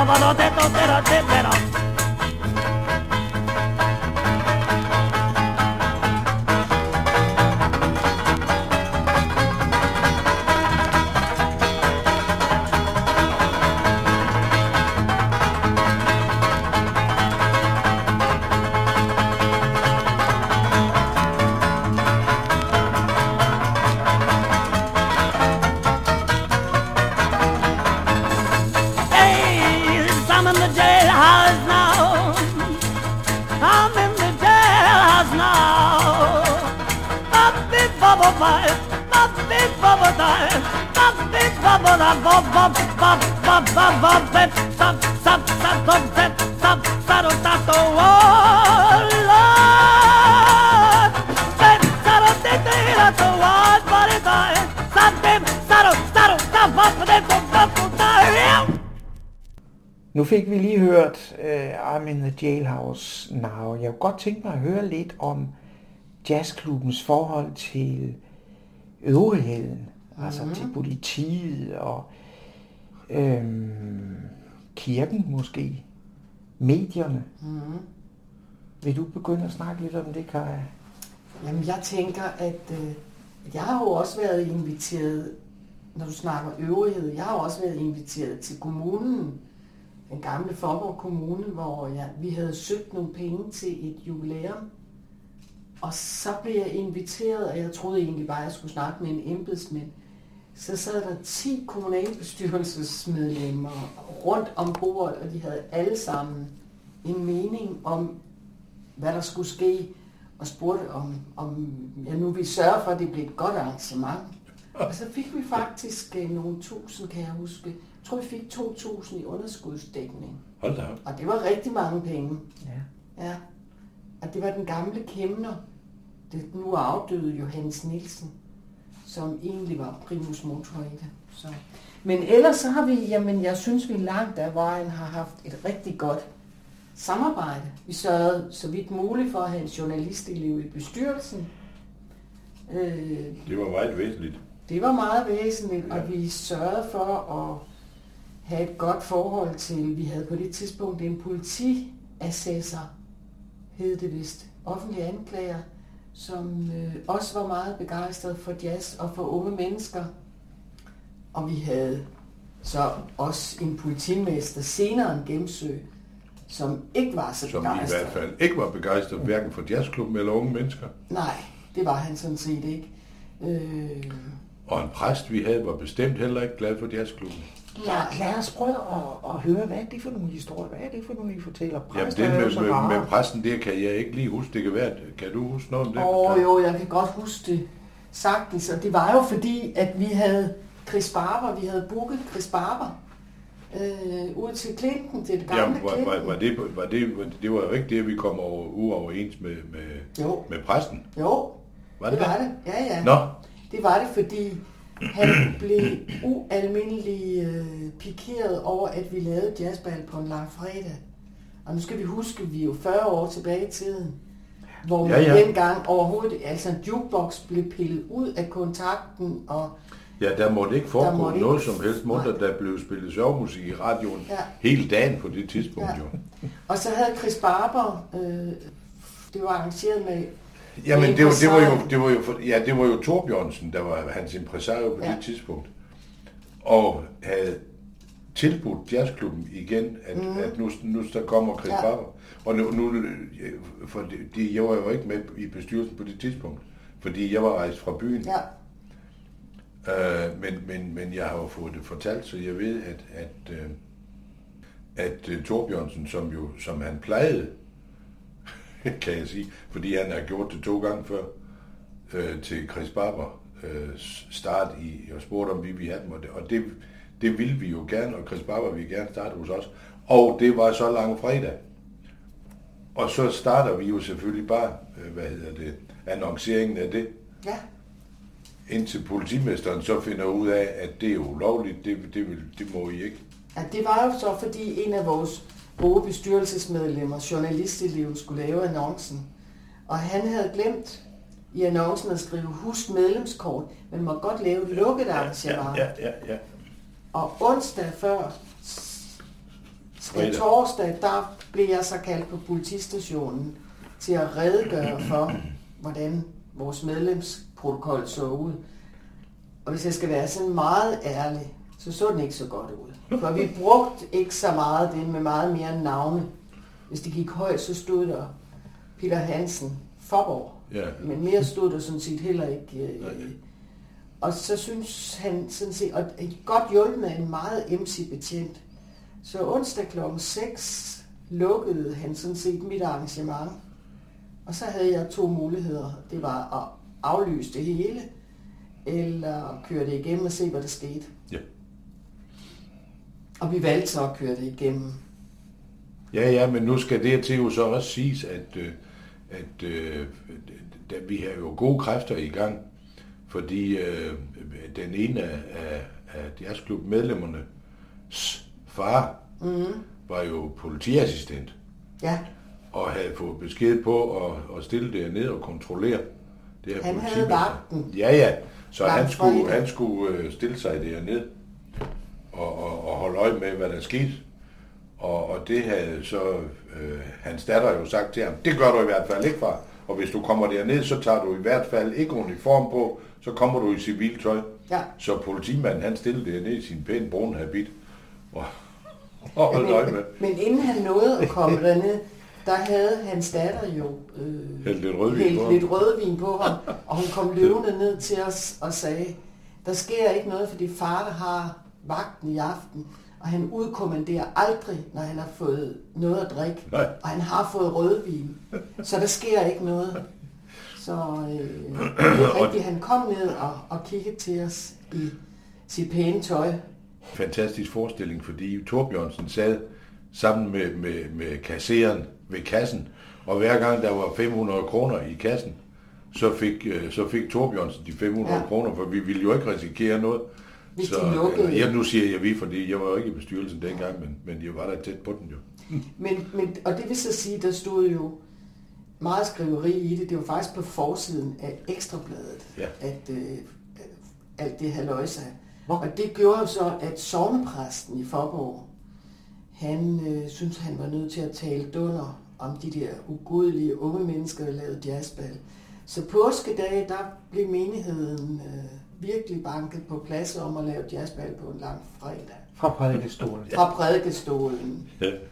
Nu fik vi lige hørt uh, I'm in the Jailhouse Now. Jeg kunne godt tænke mig at høre lidt om jazzklubbens forhold til øvrigheden, mm-hmm. altså til politiet og øhm, kirken måske, medierne. Mm-hmm. Vil du begynde at snakke lidt om det, Kaja? Jamen jeg tænker, at øh, jeg har jo også været inviteret, når du snakker øvrighed, jeg har også været inviteret til kommunen, den gamle Faaborg Kommune, hvor jeg, vi havde søgt nogle penge til et jubilæum. Og så blev jeg inviteret, og jeg troede egentlig bare, at jeg skulle snakke med en embedsmand. Så sad der ti kommunalbestyrelsesmedlemmer rundt om bordet, og de havde alle sammen en mening om, hvad der skulle ske, og spurgte om, om ja, nu vi sørger for, at det blev et godt arrangement. Og så fik vi faktisk nogle tusind, kan jeg huske. Jeg tror, vi fik to tusind i underskudsdækning. Hold da op. Og det var rigtig mange penge. Ja. Ja. Og det var den gamle kæmner, det nu afdøde Johannes Nielsen, som egentlig var primus motor i det. Så. Men ellers så har vi, jamen jeg synes vi langt af vejen har haft et rigtig godt samarbejde. Vi sørgede så vidt muligt for at have en journalistelev i bestyrelsen. Øh, det var meget væsentligt. Det var meget væsentligt, ja. Og vi sørgede for at have et godt forhold til, vi havde på det tidspunkt en politiassessor, hed det vist, offentlig anklager, som øh, også var meget begejstret for jazz og for unge mennesker. Og vi havde så også en politimester senere end Gemsø, som ikke var så som begejstret. Som i hvert fald ikke var begejstret hverken for jazzklubben eller unge mennesker. Nej, det var han sådan set ikke. Øh... Og en præst, vi havde, var bestemt heller ikke glad for jazzklubben. Ja, lad os prøve at, at høre, hvad er det for nogle historier? Hvad er det for nogle, I fortæller? Jamen det med, med, med præsten, det kan jeg ikke lige huske. Det kan være, kan du huske noget om det? Åh oh, jo, jeg kan godt huske det sagtens. Og det var jo fordi, at vi havde Chris Barber, vi havde booket Chris Barber øh, ud til Clinton, til det gamle Jamen, var, Clinton. Var, var, det, var, det, var det var jo ikke det, at vi kom over, uoverens med, med, med præsten? Jo, var det, det var det? det. Ja, ja. Nå. Det var det, fordi han blev ualmindelig øh, pikeret over, at vi lavede jazzball på en lang fredag. Og nu skal vi huske, at vi er jo fyrre år tilbage i tiden, hvor man ja, ja. dengang overhovedet, altså en jukebox blev pillet ud af kontakten. Og ja, der måtte ikke foregå måtte noget ikke... som helst munter, der blev spillet sovmusik i radioen ja. hele dagen på det tidspunkt. Ja. Jo. Og så havde Chris Barber, øh, det var arrangeret med... Jamen det var, det var jo det var jo ja det var jo Torbjørnsen, der var hans impresario på ja. det tidspunkt, og havde tilbudt jazzklubben igen, at, mm. at nu nu der kommer Chris ja. Barber, og nu, nu for de, jeg var jo ikke med i bestyrelsen på det tidspunkt, fordi jeg var rejst fra byen. Ja. Uh, men men men jeg har jo fået det fortalt, så jeg ved at at uh, at uh, Torbjørnsen, som jo som han plejede, kan jeg sige, fordi han har gjort det to gange før, øh, til Chris Barber øh, start i, og spurgte om vi ville have dem, og det, og det, det ville vi jo gerne, og Chris Barber ville gerne starte hos os, og det var så lang fredag. Og så starter vi jo selvfølgelig bare, øh, hvad hedder det, annonceringen af det. Ja. Indtil politimesteren så finder ud af, at det er ulovligt, det, det, vil, det må I ikke. Ja, det var jo så, fordi en af vores gode bestyrelsesmedlemmer, journalisteleven, skulle lave annoncen. Og han havde glemt i annoncen at skrive, husk medlemskort, men må godt lave et lukket arrangement. Ja, ja, ja, ja. Og onsdag før Den torsdag, der blev jeg så kaldt på politistationen til at redegøre for, hvordan vores medlemsprotokol så ud. Og hvis jeg skal være sådan meget ærlig, så så den ikke så godt ud. For vi brugte ikke så meget det med meget mere navne. Hvis det gik højt, så stod der Peter Hansen Forborg. Ja. Men mere stod der sådan set heller ikke. Øh, og så synes han sådan set, og godt hjulpet med en meget M C-betjent. Så onsdag klokken seks lukkede han sådan set mit arrangement. Og så havde jeg to muligheder. Det var at aflyse det hele, eller køre det igennem og se, hvad der skete. Ja. Og vi valgte så at køre det igennem. Ja, ja, men nu skal det til jo så også siges, at, at, at vi har jo gode kræfter i gang, fordi øh, den ene af, af, af jazzklubmedlemmernes far mm. var jo politiassistent. Ja. Og havde fået besked på at, at stille det ned og kontrollere det her. Han havde vagten. Ja, ja. Så han skulle, han skulle stille sig derned og, og, og holde øje med, hvad der skete. Og, og det havde så øh, hans datter jo sagt til ham, det gør du i hvert fald ikke, far. Og hvis du kommer derned, så tager du i hvert fald ikke uniform på, så kommer du i civiltøj. Ja. Så politimanden, han stillede derned i sin pæne brune habit og, og holdt men, øje med. Men inden han nåede at komme derned, der havde hans datter jo øh, hældt lidt rødvin, hældt på, lidt rødvin på ham, og hun kom løbende ned til os og sagde, der sker ikke noget, fordi far der har vagten i aften, og han udkommanderer aldrig, når han har fået noget at drikke, Nej. og han har fået rødvin, så der sker ikke noget. Så øh, det er rigtigt, han kom ned og, og kiggede til os i sit pæne tøj. Fantastisk forestilling, fordi Torbjørnsen sad sammen med, med, med kasseren ved kassen, og hver gang der var fem hundrede kroner i kassen, så fik, så fik Torbjørnsen de fem hundrede ja. kroner, for vi ville jo ikke risikere noget. Hvis så, de lukkede. Ja, nu siger jeg vi, fordi jeg var jo ikke i bestyrelsen dengang, men, men jeg var der tæt på den jo. Men, men, og det vil så sige, der stod jo meget skriveri i det. Det var faktisk på forsiden af Ekstrabladet, ja. at øh, alt det halløjsa. Og det gjorde jo så, at sognepræsten i Forborg, han øh, synes han var nødt til at tale dunder om de der ugudelige unge mennesker, der lavede jazzbal. Så påskedag, der blev menigheden øh, virkelig banket på plads om at lave jazzbal på en lang fredag. Fra prædikestolen. Fra prædikestolen.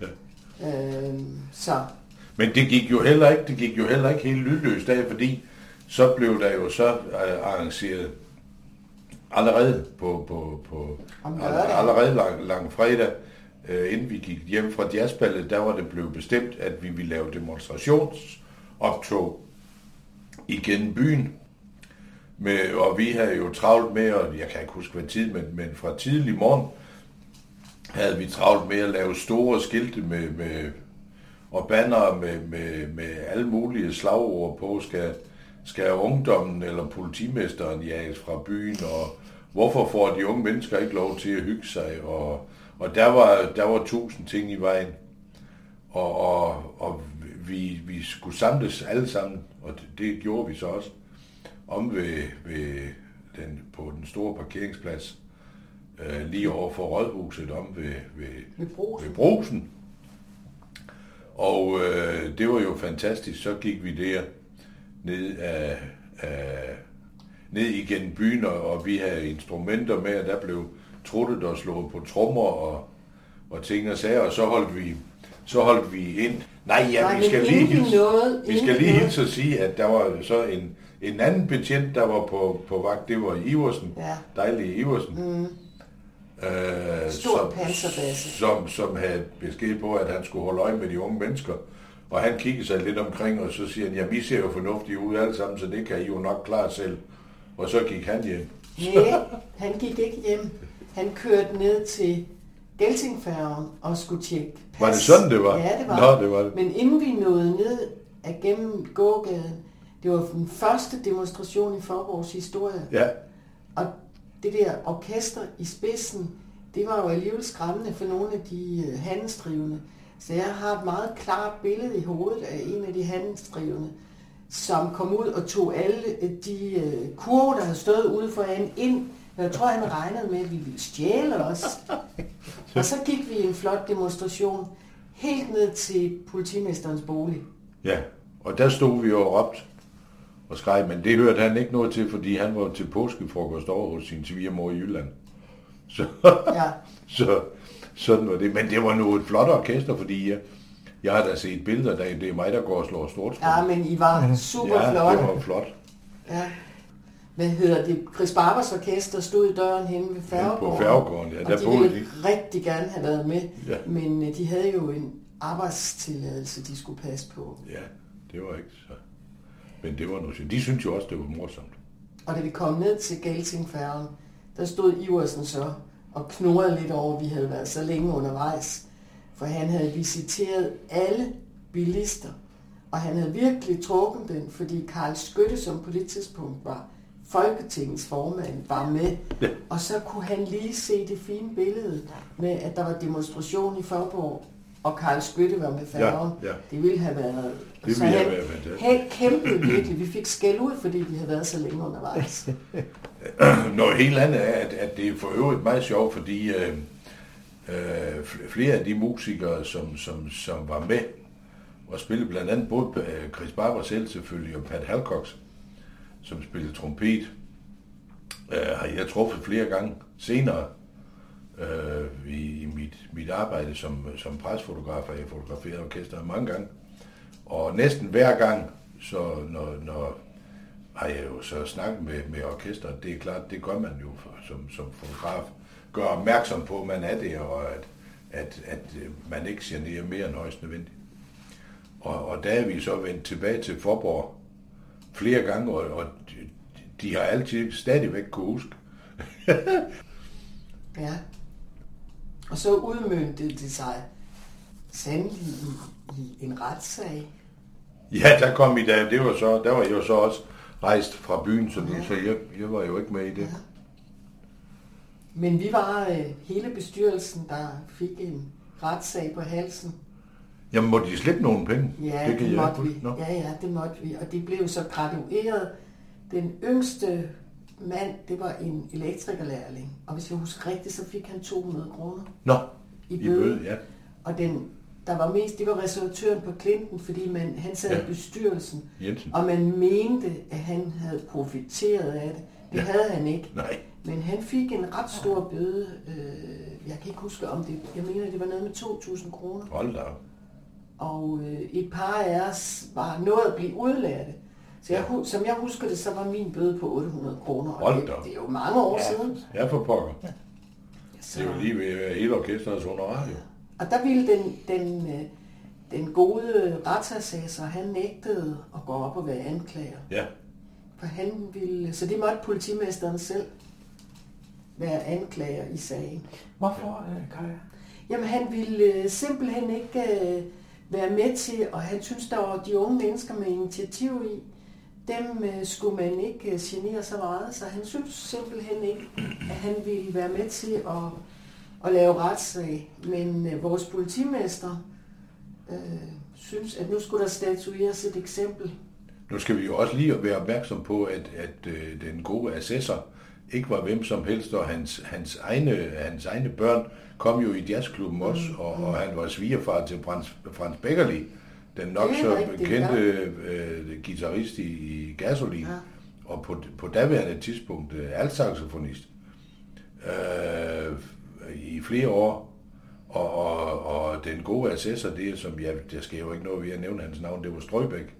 øh, så. Men det gik jo heller ikke, det gik jo heller ikke helt lydløst af, fordi så blev der jo så arrangeret allerede på, på, på allerede lang, lang fredag, øh, inden vi gik hjem fra jazzballet, der var det blevet bestemt, at vi ville lave demonstrationsoptog igennem byen. Med, og vi havde jo travlt med, og jeg kan ikke huske hvad tid, men, men fra tidlig morgen havde vi travlt med at lave store skilte med, med og banner med, med, med alle mulige slagord på, skal, skal ungdommen eller politimesteren jages fra byen, og hvorfor får de unge mennesker ikke lov til at hygge sig, og, og der var der var tusind ting i vejen, og, og, og vi, vi skulle samles alle sammen, og det, det gjorde vi så også, om ved, ved den, på den store parkeringsplads, øh, lige over for Rådhuset, om ved, ved, ved Brugsen. Ved Brugsen. Og øh, det var jo fantastisk, så gik vi der ned, af, af, ned igennem byen, og, og vi havde instrumenter med, og der blev truttet og slået på trommer og, og ting og sager, og så holdt vi, så holdt vi ind. Nej, ja, Nej, vi skal lige hilse, noget, vi skal lige hilse at sige, at der var så en, en anden betjent, der var på, på vagt, det var Iversen, ja. Dejlige Iversen. Mm. Øh, Stor som, panserbasse. som, som havde besked på, at han skulle holde øje med de unge mennesker. Og han kiggede sig lidt omkring, og så siger han, ja, vi ser jo fornuftige ud alle sammen, så det kan I jo nok klare selv. Og så gik han hjem. Nej, han gik ikke hjem. Han kørte ned til Geltingfærgen og skulle tjekke pas. Var det sådan, det var? Ja, det var. Nå, det var det. Men inden vi nåede ned af gennem gågaden, det var den første demonstration i Forborgs historie. Ja. Og det der orkester i spidsen, det var jo alligevel skræmmende for nogle af de uh, handelsdrivende. Så jeg har et meget klart billede i hovedet af en af de handelsdrivende, som kom ud og tog alle de uh, kurve, der havde stået ude foran, ind Jeg tror, han regnede med, at vi ville stjæle os. Og så gik vi i en flot demonstration helt ned til politimesterens bolig. Ja, og der stod vi og råbte og skreg, men det hørte han ikke noget til, fordi han var til påskefrokost over hos sin svigermor i Jylland. Så, Ja. så sådan var det. Men det var nu et flot orkester, fordi jeg, jeg har da set billeder, der det er mig, der går og slår stort. Ja, men I var super Ja, flotte. det var flot. Ja. Hvad hedder det? Chris Barbers orkester stod i døren henne ved Færgegården. På Færgegården, ja, og der de boede ville de. rigtig gerne have været med, Ja. men øh, de havde jo en arbejdstilladelse, de skulle passe på. Ja, det var ikke så. Men det var nu sjovt. De syntes jo også, det var morsomt. Og da vi kom ned til Geltingfærgen, der stod Iversen så og knurrede lidt over, at vi havde været så længe undervejs. For han havde visiteret alle bilister, og han havde virkelig trukket den, fordi Karl Skytte, som på det tidspunkt var Folketingets formand, var med. Ja. Og så kunne han lige se det fine billede med, at der var demonstration i Faaborg, og Karl Skytte var med færgen. Ja, ja. Det ville have været... Det så ville han, have været fantastisk. han kæmpede virkelig. Vi fik skæld ud, fordi vi havde været så længe undervejs. Noget helt andet er, at, at det er for øvrigt meget sjovt, fordi øh, øh, flere af de musikere, som, som, som var med og spillede, blandt andet både øh, Chris Barber selv selvfølgelig, og Pat Halcox, som spillede trompet, øh, har jeg truffet flere gange senere øh, i, i mit, mit arbejde som, som presfotograf, og jeg fotograferede orkestret mange gange. Og næsten hver gang, så når, når har jeg jo så snakket med, med orkestret. Det er klart, det gør man jo som, som fotograf. Gør opmærksom på, at man er det, og at, at, at man ikke generer mere end højst nødvendigt. Og, og der er vi så vendt tilbage til Faaborg flere gange, og, og de, de har altid stadigvæk kunne huske. Ja. Og så udmøntede det sig sandelig i, i en retssag. Ja, der kom I da, det var så, der var jeg jo så også rejst fra byen, så, ja. så jeg, jeg var jo ikke med i det. Ja. Men vi var øh, hele bestyrelsen, der fik en retssag på halsen. Jamen, må de slippe nogle penge? Ja, det, det, kan det jeg måtte ikke vi. Nå. Ja, ja, det måtte vi. Og det blev så gradueret. Den yngste mand, det var en elektrikerlærling. Og hvis jeg husker rigtigt, så fik han to hundrede kroner. Nå, i i bøde. bøde, ja. Og den, der var mest, det var restauratøren på Clinton, fordi man, han sad Ja. i bestyrelsen. Jensen. Og man mente, at han havde profiteret af det. Det Ja. havde han ikke. Nej. Men han fik en ret stor bøde. Øh, jeg kan ikke huske om det. Jeg mener, det var noget med to tusind kroner. Hold da op. Og øh, et par af os var nået at blive udlærte. Så jeg, hu- som jeg husker det, så var min bøde på otte hundrede kroner. Og Hold det, da op. det er jo mange år Ja. siden. Ja, for pokker. Så, Det er jo lige ved at være hele orkestrets honorar, jo. og der ville den, den, øh, den gode retsassessor, han nægtede at gå op og være anklager. Ja. For han ville, så det måtte politimesteren selv være anklager i sagen. Hvorfor, Kaja? Jamen han ville øh, simpelthen ikke øh, være med til, og han synes, der var de unge mennesker med initiativ i, dem øh, skulle man ikke øh, genere så meget, så han synes simpelthen ikke, at han ville være med til at, at lave retssag. Men øh, vores politimester øh, synes, at nu skulle der statueres et eksempel. Nu skal vi jo også lige være opmærksom på, at, at øh, den gode assessor ikke var hvem som helst, og hans, hans, egne, hans egne børn kom jo i jazzklubben også, mm, og, mm. og han var svigerfar til Frans, Frans Beckerli, den nok så rigtigt, kendte ja. øh, guitarist i, i Gasolin, Ja. og på, på daværende tidspunkt øh, altsaxofonist øh, i flere år. Og, og, og den gode assessor, det er som jeg, der skal jo ikke noget ved at nævne hans navn, det var Strøbæk,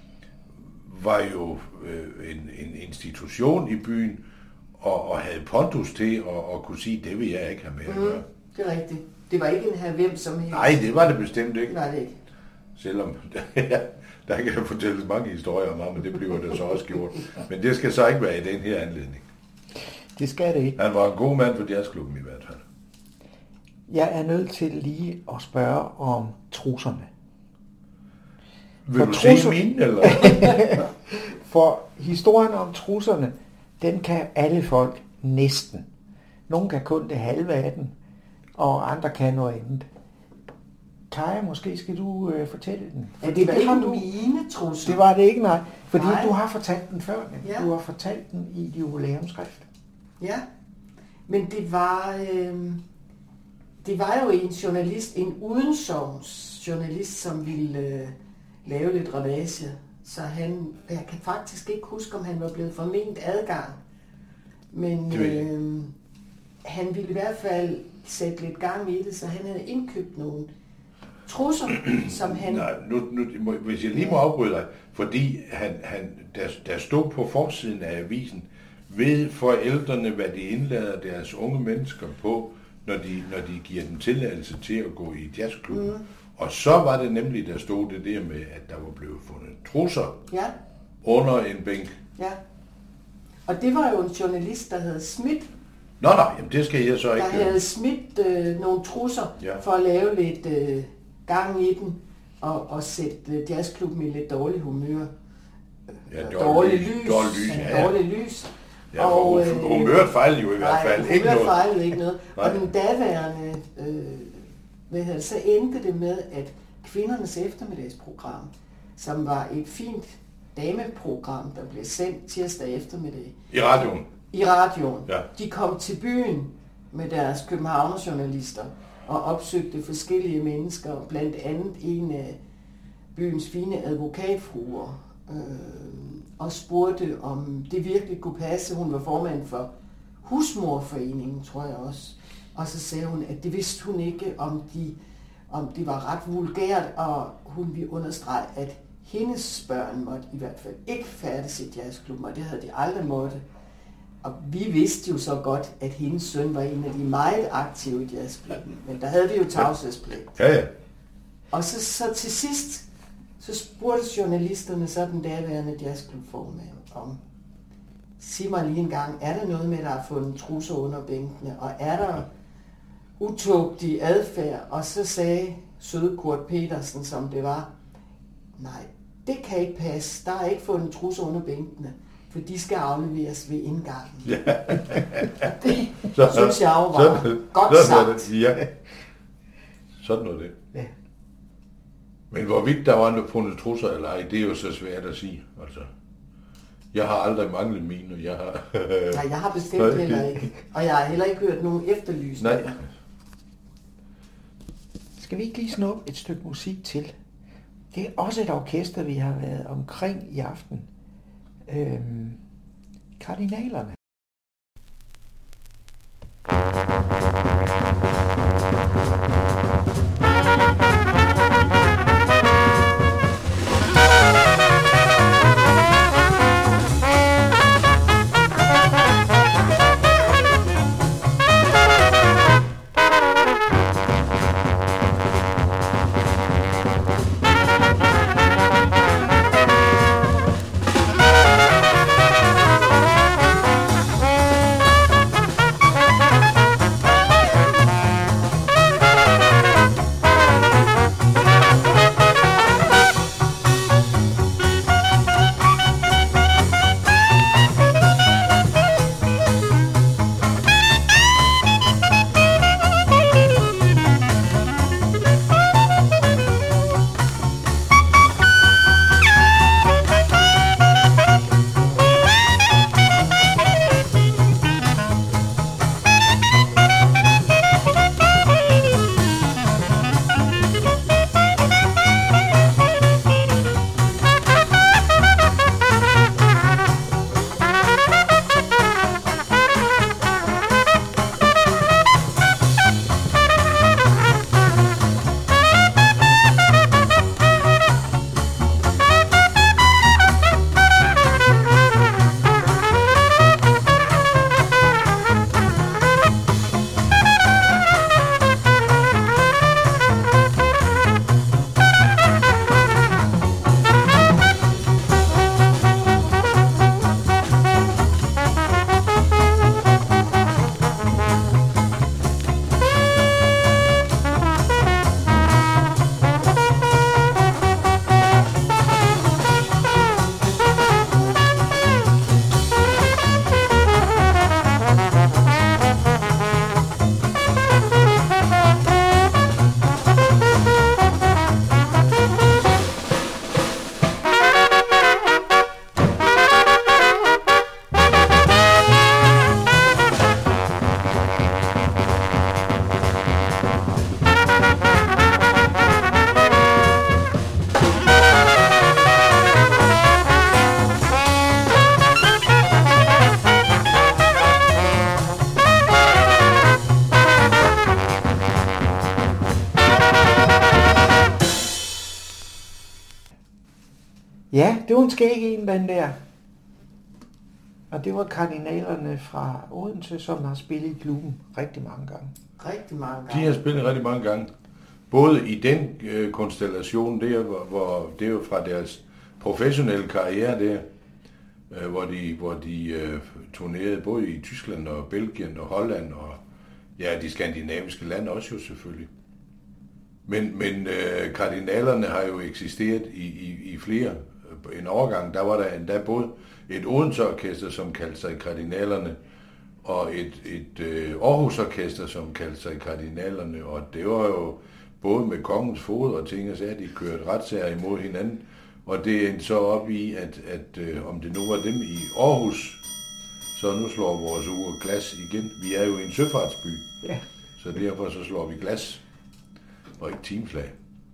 var jo øh, en, en institution i byen, og, og havde pondus til at, at kunne sige, det vil jeg ikke have med at gøre. Mm, det er rigtigt. Det var ikke en her hvem som helst. Nej, det var det bestemt ikke. Det var det ikke. Selvom der kan jeg fortælle mange historier om ham, men det bliver det så også gjort. Men det skal så ikke være i den her anledning. Det skal det ikke. Han var en god mand for jazzklubben i hvert fald. Jeg er nødt til lige at spørge om trusserne. Vil For du trusser- se mine, eller? For historien om trusserne, den kan alle folk næsten. Nogle kan kun det halve af den, og andre kan noget andet. Kaja, måske skal du øh, fortælle den. Ja, det var har ikke du, mine trusler. det var det ikke, nej. Fordi Nej. du har fortalt den før. Ja. Du har fortalt den i et jubilæumsskrift. Ja, Men det var, øh, det var jo en journalist, en udensovns journalist, som ville øh, lave lidt ravage. Så han, jeg kan faktisk ikke huske, om han var blevet forment adgang. Men øh, han ville i hvert fald sætte lidt gang i det, så han havde indkøbt nogle trusser, som han... Nej, nu, nu, hvis jeg lige må afbryde dig, fordi han, han, der, der stod på forsiden af avisen, ved forældrene, hvad de indlader deres unge mennesker på, når de, når de giver dem tilladelse til at gå i jazzklubben. Mm. Og så var det nemlig, der stod det der med, at der var blevet fundet trusser ja. under en bænk. Ja. Og det var jo en journalist, der hed Schmidt. Nå, nej, jamen det skal jeg så ikke... Der havde Schmidt øh, nogle trusser ja. for at lave lidt øh, gang i den, og, og sætte øh, jazzklubben i lidt dårlig humør. Ja, dårlig, dårlig lys. Dårlig lys, ja, ja. Dårlig lys. Ja, og øh, humøret fejlede jo i hvert fald nej, ikke noget. Nej, fejlede ikke noget. Og den daværende, øh, hvad hedder det, så endte det med, at Kvindernes Eftermiddagsprogram, som var et fint dameprogram, der blev sendt tirsdag eftermiddag. I radioen? I radioen. Ja. De kom til byen med deres københavnerjournalister og opsøgte forskellige mennesker, blandt andet en af byens fine advokatfruer, øh, og spurgte, om det virkelig kunne passe. Hun var formand for Husmorforeningen, tror jeg også. Og så sagde hun, at det vidste hun ikke, om, de, om det var ret vulgært, og hun ville understrege, at hendes børn måtte i hvert fald ikke færdes i jazzklubben, og det havde de aldrig måtte. Og vi vidste jo så godt, at hendes søn var en af de meget aktive i jazzklubben, men der havde vi jo tavshedspligt. Ja, ja. Og så, så til sidst, så spurgte journalisterne så den daværende jazzklubformand om, sig mig lige en gang, er der noget med, der er fundet trusser under bænkene, og er der utugtig adfærd? Og så sagde søde Kurt Petersen, som det var, nej, det kan ikke passe, der er ikke fundet trusser under bænkene, for de skal afleveres ved indgangen. Ja. Det så, synes jeg jo var så, godt så, sagt. Det, ja. Sådan noget det. Ja. Men hvorvidt der var fundet trusser eller ej, det er jo så svært at sige. Altså, jeg har aldrig manglet mine, jeg har... Nej, jeg har bestemt heller ikke. Og jeg har heller ikke hørt nogen efterlysninger. Nej. Skal vi ikke lige snuppe et stykke musik til? Det er også et orkester, vi har været omkring i aften. Øhm, Kardinalerne. Ja, det var en skæg en, den der. Og det var kardinalerne fra Odense, som har spillet i klubben rigtig mange gange. Rigtig mange gange. De har spillet rigtig mange gange. Både i den øh, konstellation der, hvor, hvor det er jo fra deres professionelle karriere der, øh, hvor de, hvor de øh, turnerede både i Tyskland og Belgien og Holland og ja, de skandinaviske lande også jo selvfølgelig. Men, men øh, kardinalerne har jo eksisteret i, i, i flere øh, en overgang. Der var der endda både et Odense-orkester, som kaldte sig Kardinalerne, og et, et øh, Aarhus-orkester, som kaldte sig Kardinalerne, og det var jo både med kongens fod og ting og sager, de kørte retssager imod hinanden, og det endte så op i, at, at øh, om det nu var dem i Aarhus, så nu slår vores ur glas igen. Vi er jo en søfartsby, Ja. så derfor så slår vi glas, og ikke teamflag.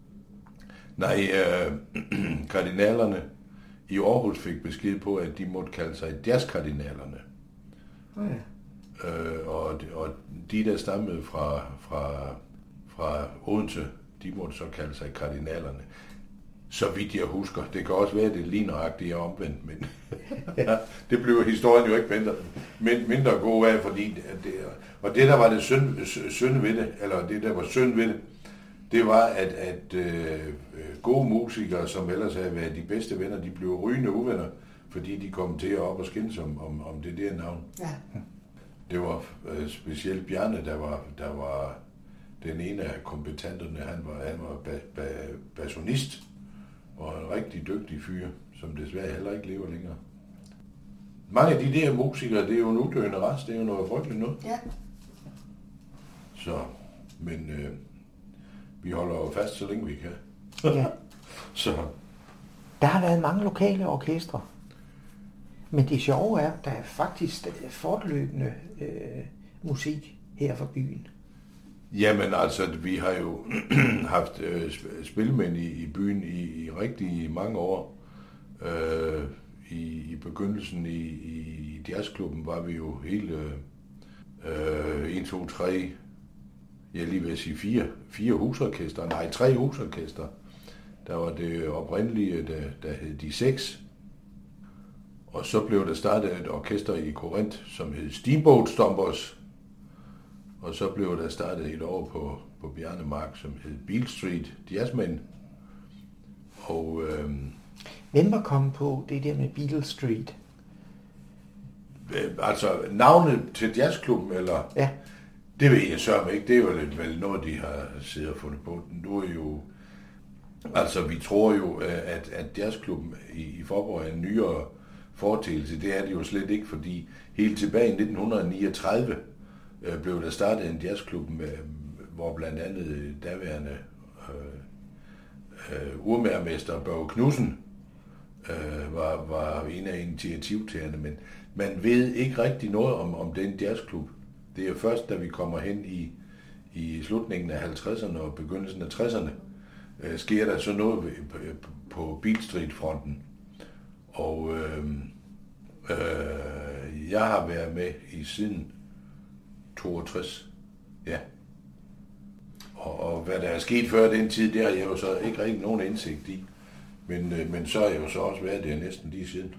Nej, øh, kardinalerne i Aarhus fik besked på, at de måtte kalde sig jazzkardinalerne. Oh, ja. Øh, og, og de, der stammede fra, fra, fra Odense, de måtte så kalde sig kardinalerne. Så vidt jeg husker. Det kan også være, at det er lige nøjagtigt og omvendt, men det blev historien jo ikke mindre, mindre god af, fordi det, og det, der var det synd, synd ved det, eller det, der var synd ved det, det var, at, at øh, gode musikere, som ellers havde været de bedste venner, de blev rygende uvenner, fordi de kom til at op og skændes om, om, om det der navn. Ja. Det var øh, specielt Bjarne, der var, der var den ene af kompetenterne. Han var, han var ba, ba, bassonist og en rigtig dygtig fyr, som desværre heller ikke lever længere. Mange af de der musikere, det er jo en uddøende rest, det er jo noget frygteligt noget. Ja. Så, men øh, vi holder jo fast, så længe vi kan. Ja. Så. Der har været mange lokale orkestre. Men det sjove er, at der er faktisk fortløbende øh, musik her fra byen. Jamen altså, vi har jo haft øh, spilmænd i, i byen i, i rigtig mange år. Øh, i, I begyndelsen i, i jazzklubben var vi jo hele øh, en, to, tre, jeg lige vil sige fire, fire husorkester, nej tre husorkester. Der var det oprindelige, der, der hed De Seks. Og så blev der startet et orkester i Korinth, som hed Steamboat Stompers. Og så blev der startet et år på, på Bjarnemark, som hed Beale Street Jazzmen. Og øhm, Hvem var kommet på det der med Beale Street? Øh, altså navnet til jazzklubben, eller? Ja. Det ved jeg sørme ikke. Det er jo lidt vel noget, de har siddet og fundet på. Nu er jo... Altså, vi tror jo, at, at jazzklubben i, i Faaborg er en nyere foretagelse. Det er det jo slet ikke, fordi helt tilbage i nitten niogtredive øh, blev der startet en jazzklub, med, hvor blandt andet daværende øh, øh, urmagermester Børge Knudsen øh, var, var en af initiativtagerne, men man ved ikke rigtig noget om, om den jazzklub. Det er først, da vi kommer hen i, i slutningen af halvtredserne og begyndelsen af tresserne, øh, sker der så noget på Beale Street-fronten. Og øh, øh, jeg har været med i siden toogtres. Ja. Og, og hvad der er sket før den tid, det har jeg jo så ikke rigtig nogen indsigt i. Men, øh, men så har jeg jo så også været der næsten lige siden.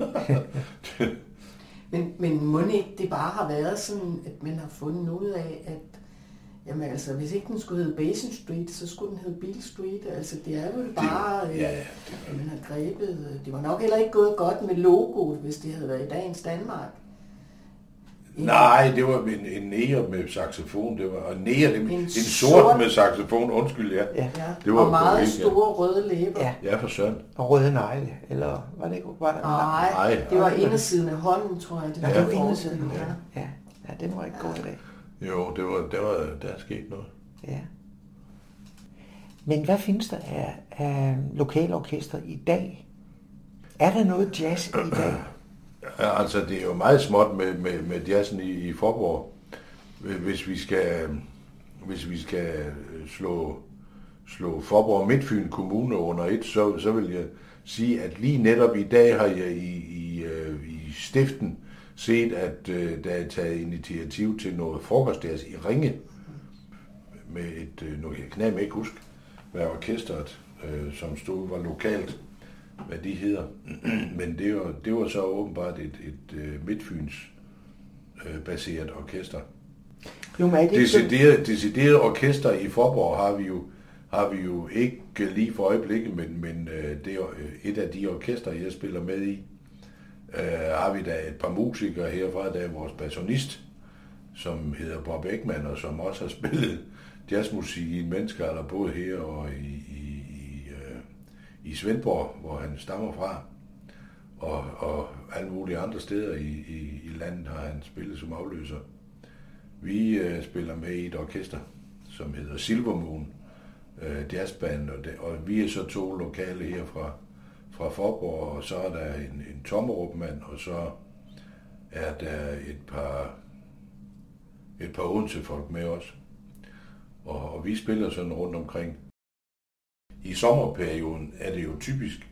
Men, men må ikke det bare har været sådan, at man har fundet ud af, at jamen altså, hvis ikke den skulle hedde Basin Street, så skulle den hedde Beale Street. Altså, det er jo bare, det, ja, ja, at man har grebet. Det var nok heller ikke gået godt med logoet, hvis det havde været i dagens Danmark. Nej, det var en, en næger med saxofon. Det var og næger, det, en, en sort, sort med saxofon, undskyld, ja. Ja. Det var og meget helt, store røde læber. Ja. Ja, for søren. Og røde negle, eller var det ikke? Var der, Nej, nej, det var indersiden af hånden, tror jeg. Det ja, var det var indersiden, ja. ja. Ja, det var ikke godt i dag. Jo, det var, det var, der er sket noget. Ja. Men hvad findes der af, af lokalorkester i dag? Er der noget jazz i dag? Ja, altså, det er jo meget småt med, med, med jazzen i, i Faaborg. Hvis vi skal, hvis vi skal slå, slå Faaborg Midtfyn Kommune under et, så, så vil jeg sige, at lige netop i dag har jeg i, i, i stiften set, at uh, der er taget initiativ til noget frokostjazz i Ringe. Med et, nu kan jeg knap ikke huske, hvad orkestret, uh, som stod, var lokalt. hvad de hedder. Men det var, det var så åbenbart et, et, et midtfyns øh, baseret orkester. Jo, men er det ikke decideret, decideret orkester i Faaborg har vi jo, har vi jo ikke lige for øjeblikket, men, men øh, det er et af de orkester, jeg spiller med i. Øh, har vi da et par musikere herfra, der er vores bassonist, som hedder Bob Ekman, og som også har spillet jazzmusik i en menneskealder, både her og i, i, i, øh, i Svendborg, hvor han stammer fra, og, og alle mulige andre steder i, i, i landet har han spillet som afløser. Vi øh, spiller med i et orkester, som hedder Silver Moon øh, Jazzband, og, det, og vi er så to lokale her fra, fra Faaborg, og så er der en, en Tommerupmand, og så er der et par, et par Odense-folk med os. Og, og vi spiller sådan rundt omkring. I sommerperioden er det jo typisk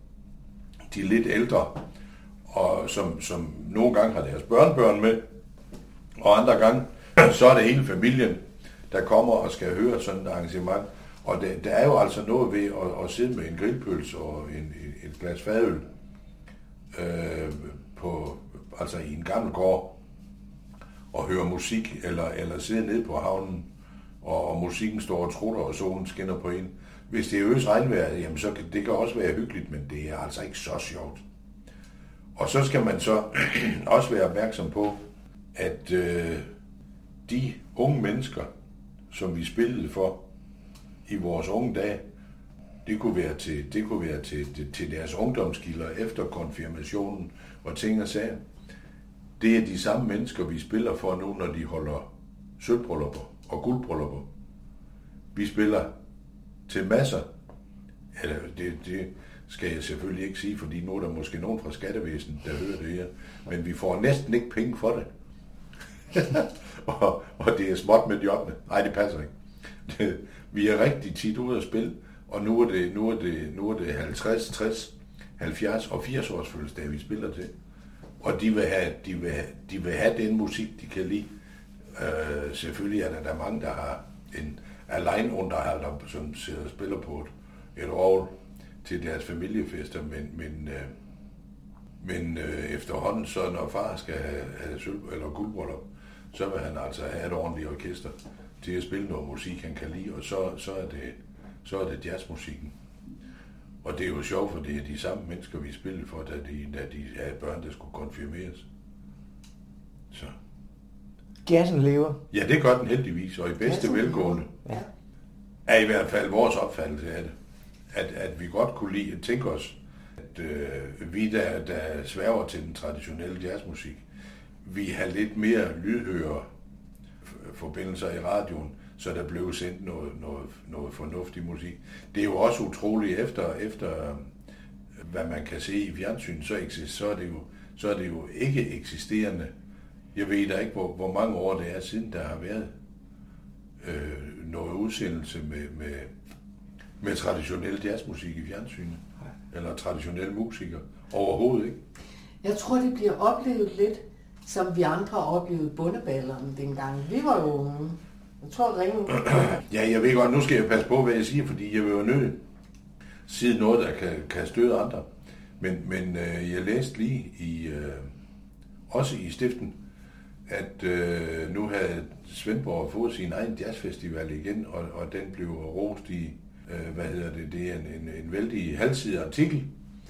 de lidt ældre, og som, som nogle gange har deres børnebørn med, og andre gange, så er det hele familien, der kommer og skal høre sådan et arrangement. Og det, der er jo altså noget ved at, at sidde med en grillpølse og en, et glas fadøl øh, på, altså i en gammel gård og høre musik, eller, eller sidde nede på havnen, og, og musikken står og trutter, og solen skinner på en. Hvis det er øs regnvejr, jamen så kan det kan også være hyggeligt, men det er altså ikke så sjovt. Og så skal man så også være opmærksom på, at øh, de unge mennesker, som vi spillede for i vores unge dage, det kunne være til, det kunne være til, til, til deres ungdomskilder efter konfirmationen og ting og sager. Det er de samme mennesker, vi spiller for nu, når de holder sølvbryllupper og guldbryllupper. Vi spiller til masser, eller det, det skal jeg selvfølgelig ikke sige, fordi nu er der måske nogen fra skattevæsenet, der hører det her, men vi får næsten ikke penge for det. og, og det er småt med jobbene. Nej, det passer ikke. Det, vi er rigtig tit ude at spille, og nu er det, nu er det, nu er det halvtreds, tres, halvfjerds og firs års fødselsdag, vi spiller til. Og de vil have, de vil have, de vil have den musik, de kan lide. Uh, selvfølgelig er der, der mange, der har en alene-underholder, som sidder og spiller på et, et orgel til deres familiefester, men, men, uh, men uh, efterhånden, så når far skal have, have sølv- eller guldbryllup, så vil han altså have et ordentligt orkester til at spille noget musik, han kan lide, og så, så, er, det, så er det jazzmusikken. Og det er jo sjovt, for det er de samme mennesker, vi spillede for, da de, da de havde børn, der skulle konfirmeres. Så. Jazzen lever. Ja, det gør den heldigvis, og i bedste Jazzen velgående Ja. er i hvert fald vores opfattelse af det. At, at vi godt kunne lide at tænke os, at øh, vi, der, der sværger til den traditionelle jazzmusik, vi har lidt mere lydhøre forbindelser i radioen, så der blev sendt noget, noget, noget fornuftig musik. Det er jo også utroligt efter, efter hvad man kan se i fjernsyn, så, eksist, så, er det jo, så er det jo ikke eksisterende. Jeg ved da ikke, hvor, hvor mange år det er siden, der har været øh, noget udsendelse med, med, med traditionel jazzmusik i fjernsynet. Eller traditionelle musikere. Overhovedet ikke. Jeg tror, det bliver oplevet lidt, som vi andre oplevede bondeballerne dengang. Vi var jo unge. Jeg tror, ringen... Ja, jeg ved godt, nu skal jeg passe på, hvad jeg siger, fordi jeg vil jo nødt sige noget, der kan, kan støde andre. Men, men øh, jeg læste lige i, øh, også i stiften, at øh, nu havde Svendborg fået sin egen jazzfestival igen, og, og den blev rost i, øh, hvad hedder det, det er en, en, en vældig halvsidig artikel,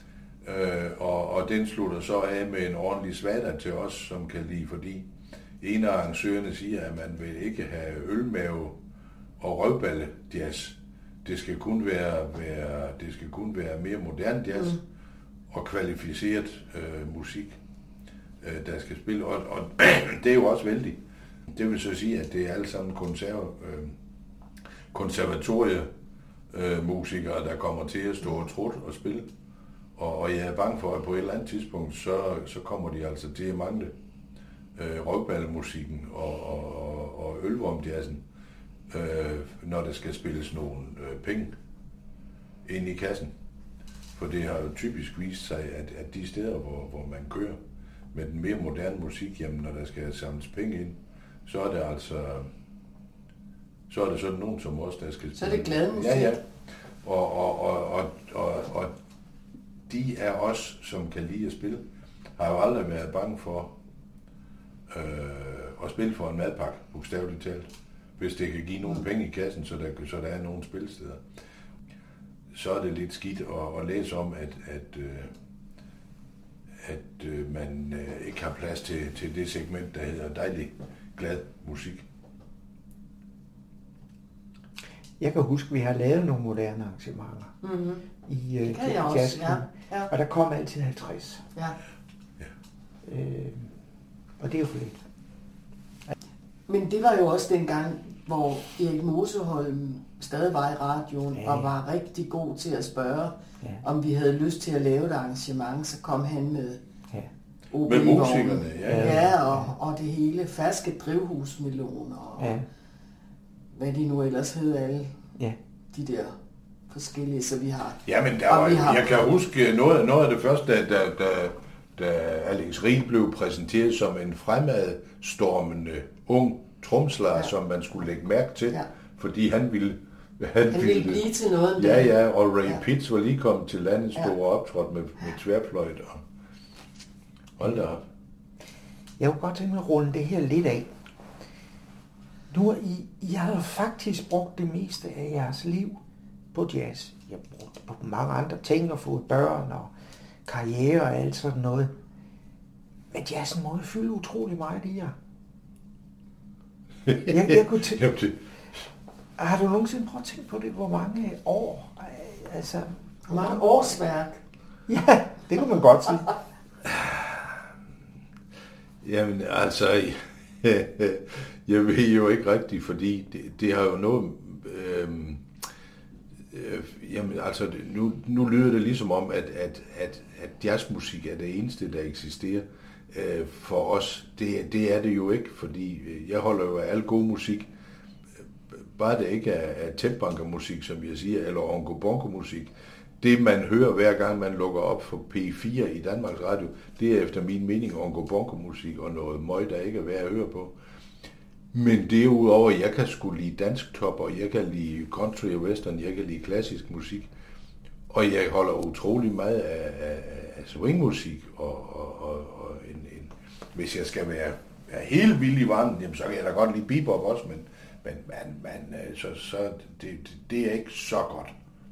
øh, og, og den slutter så af med en ordentlig svada til os, som kan lide, fordi en af arrangørerne siger, at man vil ikke have ølmave og røvballe jazz. Det skal kun være, være, det skal kun være mere moderne jazz mm. og kvalificeret øh, musik, øh, der skal spille. Og, og det er jo også vældig. Det vil så sige, at det er alle sammen konserv, øh, konservatorie øh, musikere, der kommer til at stå og trutte og spille. Og, og jeg er bange for, at på et eller andet tidspunkt, så, så kommer de altså til at mangle øh, røvballemusikken og, og, og, og ølvormjazzen, øh, når der skal spilles nogle øh, penge ind i kassen. For det har jo typisk vist sig, at, at de steder, hvor, hvor man kører med den mere moderne musik, jamen når der skal samles penge ind, så er det altså, så er det sådan nogen som os, der skal spille. Så er det glad musik. Ja, ja. Og, og, og, og, og, og de af os, som kan lide at spille, har jo aldrig været bange for øh, at spille for en madpakke, bogstaveligt talt. Hvis det kan give nogle penge i kassen, så der, så der er nogle spilsteder. Så er det lidt skidt at, at læse om, at, at, øh, at øh, man øh, ikke har plads til, til det segment, der hedder dejlig glad musik. Jeg kan huske, at vi har lavet nogle moderne arrangementer Mm-hmm. i uh, Det kan jeg også, jazzklubben, ja, ja. og der kom altid halvtreds. Ja. Øh, og det er jo fedt. Men det var jo også dengang, hvor Erik Moseholm stadig var i radioen, Ja. og var rigtig god til at spørge, Ja. om vi havde lyst til at lave et arrangement, så kom han med Ja. O Med B-vognen. musikerne, ja. Ja. Ja, og, og det hele, ferske drivhusmeloner, og Ja. hvad de nu ellers hed, alle Ja. de der forskellige, så vi har. Ja, men der Og var, vi har- jeg kan huske noget, noget af det første, da, da, da, da Alex Riel blev præsenteret som en fremadstormende ung tromslager, ja. som man skulle lægge mærke til, Ja. fordi han ville... Han, Han ville blive til noget en Ja, dag. ja, og Ray Ja. Pitts var lige kommet til landets Ja. store optrådt med, med tværfløjt. Og hold da op. Jeg kunne godt tænke mig at runde det her lidt af. Nu er I, I har jo faktisk brugt det meste af jeres liv på jazz. Jeg har brugt det på mange andre ting, og fået børn og karriere og alt sådan noget. Men jazzen må jo fylde utrolig meget i jer. Jeg, jeg kunne tænke, Jamen, det, har du nogensinde prøvet at tænke på det, hvor mange år? øh, Altså, Hvor mange årsværk. Ja, det kunne man godt sige. Jamen, altså, jeg ved jo ikke rigtigt, fordi det, det har jo noget... Øh, øh, jamen, altså, nu, nu lyder det ligesom om, at, at, at, at jazzmusik er det eneste, der eksisterer øh, for os. Det, det er det jo ikke, fordi jeg holder jo af al god musik. Bare det ikke er, er tætbankermusik, som jeg siger, eller onko-bonko-musik. Det, man hører hver gang, man lukker op for P fire i Danmarks Radio, det er efter min mening onko-bonko-musik og noget møg, der ikke er værd at høre på. Men derudover, jeg kan sgu lide dansk top, og jeg kan lide country og western, jeg kan lide klassisk musik. Og jeg holder utrolig meget af, af, af swingmusik, og, og, og, og en, en, hvis jeg skal være, være helt vild i varmen, jamen, så kan jeg da godt lide bebop også, men, men man, man, så, så det, det, det er ikke så godt.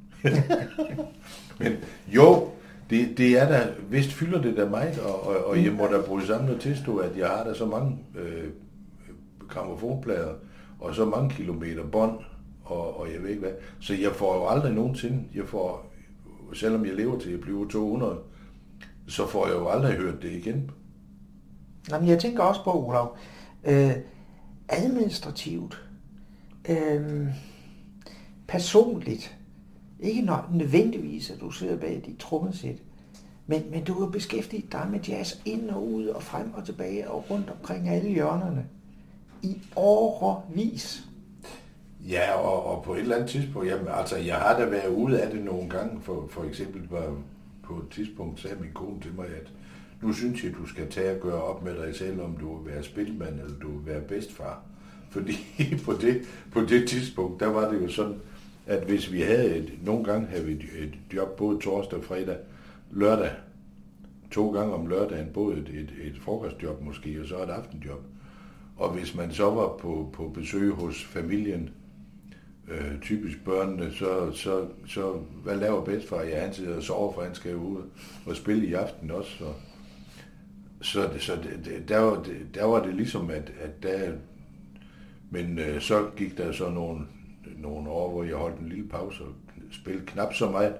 Men jo, det, det er da, vist fylder det da meget, og, og, og jeg må da bruge sammen og tilstå, at jeg har da så mange øh, grammofonplader, og så mange kilometer bånd, og, og jeg ved ikke hvad. Så jeg får jo aldrig nogensinde, jeg får, selvom jeg lever til at blive to hundrede, så får jeg jo aldrig hørt det igen. Jamen, jeg tænker også på, Olav, øh, administrativt, øh, personligt, ikke nødvendigvis, at du sidder bag dit trommesæt, men, men du har beskæftiget dig med jazz ind og ud og frem og tilbage og rundt omkring alle hjørnerne i årevis. Ja, og, og på et eller andet tidspunkt, jamen, altså jeg har da været ude af det nogle gange, for, for eksempel var på et tidspunkt sagde min kone til mig, at nu synes jeg, du skal tage og gøre op med dig selv, om du vil være spilmand eller du vil være bedstfar. Fordi på det, på det tidspunkt, der var det jo sådan, at hvis vi havde et, nogle gange havde vi et, et job både torsdag og fredag, lørdag, to gange om lørdagen, både et, et, et frokostjob måske, og så et aftenjob. Og hvis man så var på, på besøg hos familien, øh, typisk børnene, så, så, så hvad laver bedstfar? Ja, han sidder og sover, for han skal jo ud og spille i aften også. Så, så, det, så det, der, var det, der var det ligesom, at, at der... Men øh, så gik der så nogle, nogle år, hvor jeg holdt en lille pause og spillede knap så meget.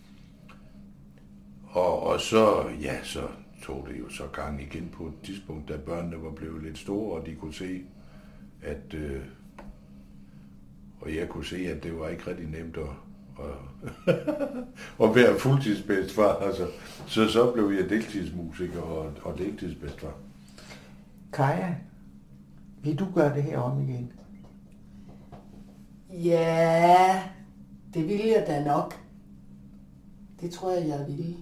Og, og så, ja, så tog det jo så gang igen på et tidspunkt, da børnene var blevet lidt store, og de kunne se, at... Øh, og jeg kunne se, at det var ikke rigtig nemt at, at, at være fuldtidsbedstfar. Altså. Så så blev jeg deltidsmusiker og, og deltidsbedstfar. Kaja, vil du gøre det her om igen? Ja, det ville jeg da nok. Det tror jeg, jeg ville.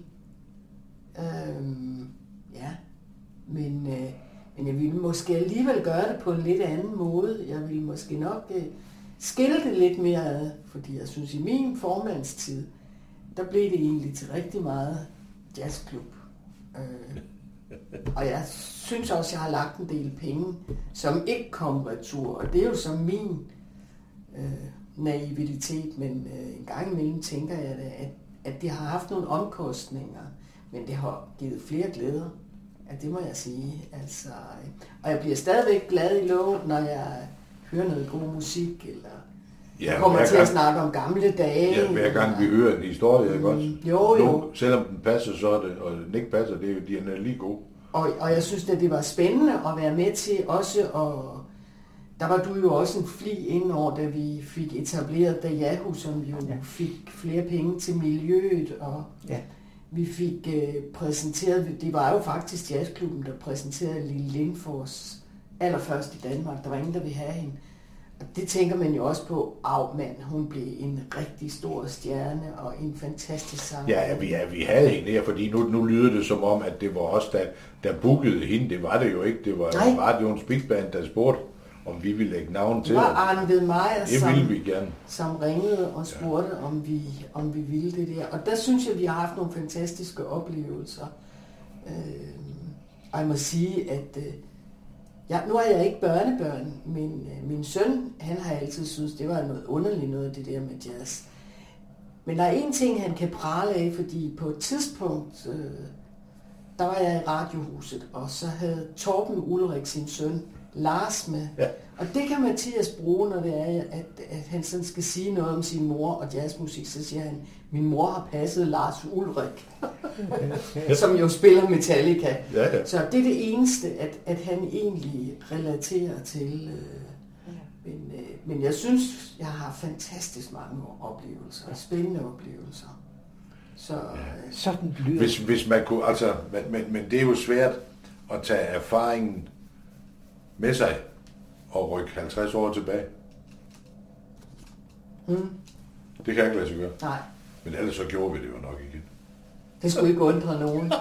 Øhm, ja, men, øh, men jeg ville måske alligevel gøre det på en lidt anden måde. Jeg ville måske nok øh, skille det lidt mere ad, fordi jeg synes, i min formandstid, der blev det egentlig til rigtig meget jazzklub. Øh, og jeg synes også, jeg har lagt en del penge, som ikke kom retur. Og det er jo så min øh, naivitet, men øh, en gang imellem tænker jeg da, at, at det har haft nogle omkostninger, men det har givet flere glæder. Ja, det må jeg sige. Altså, og jeg bliver stadigvæk glad i låget, når jeg hører noget god musik, eller ja, jeg kommer til gang, at snakke om gamle dage. Ja, hver gang vi hører en historie, mm, ikke også? Jo, jo. Nu, selvom den passer, så er det, og den ikke passer, det er jo, de er lige gode. Og, og jeg synes, at det var spændende at være med til også, og der var du jo også en fli indenover, da vi fik etableret Dayahu, som jo ja. fik flere penge til miljøet, og ja. vi fik øh, præsenteret, det var jo faktisk jazzklubben, der præsenterede Lille Lindfors allerførst i Danmark. Der var ingen, der ville have hende. Og det tænker man jo også på, af mand, hun blev en rigtig stor stjerne og en fantastisk sanger. Ja, vi, ja, vi havde hende her, fordi nu, nu lyder det som om, at det var os, der, der bookede hende. Det var det jo ikke. Det var radioens big band, der spurgte, om vi ville lægge navn til. Det var Arne Vedmeyer, som, ville vi gerne. som ringede og spurgte, ja. om, vi, om vi ville det der. Og der synes jeg, vi har haft nogle fantastiske oplevelser. Øh, og jeg må sige, at øh, ja, nu har jeg ikke børnebørn, men øh, min søn, han har altid synes, det var noget underligt noget, det der med jazz. Men der er en ting, han kan prale af, fordi på et tidspunkt, øh, der var jeg i Radiohuset, og så havde Torben Ulrik, sin søn, Lars med. Ja. Og det kan Mathias bruge, når det er, at, at han sådan skal sige noget om sin mor og jazzmusik. Så siger han, min mor har passet Lars Ulrik, som jo spiller Metallica. Ja, ja. Så det er det eneste, at, at han egentlig relaterer til. Øh, men, øh, men jeg synes, jeg har fantastisk mange oplevelser, spændende oplevelser. Så, øh, Sådan lyder. Hvis, hvis man kunne, altså, men, men, men det er jo svært at tage erfaringen med sig og rykke halvtreds år tilbage. Mm. Det kan ikke lade sig gøre. Nej. Men ellers så gjorde vi det jo nok igen. Det skulle ikke undre nogen.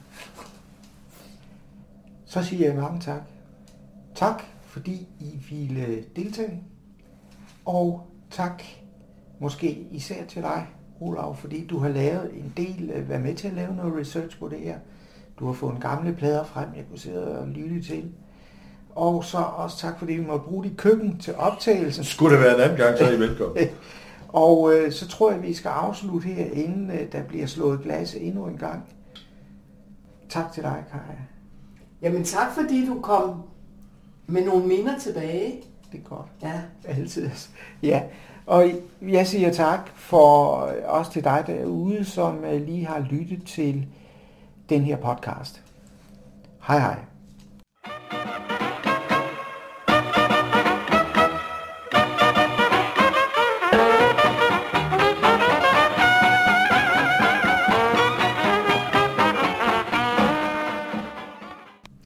Så siger jeg mange tak. Tak, fordi I ville deltage. Og tak måske især til dig, Olav, fordi du har lavet en del, været med til at lave noget research på det her. Du har fået en gamle plader frem, jeg kunne sidde og lytte til. Og så også tak, fordi vi måtte bruge dit køkken til optagelsen. Skulle det være en anden gang, så er I velkommen. Og øh, så tror jeg, vi skal afslutte her, inden øh, der bliver slået glas endnu en gang. Tak til dig, Kaja. Jamen tak, fordi du kom med nogle minder tilbage. Det er godt. Ja. Altid. Ja. Og jeg siger tak for også til dig derude, som øh, lige har lyttet til den her podcast. Hej hej.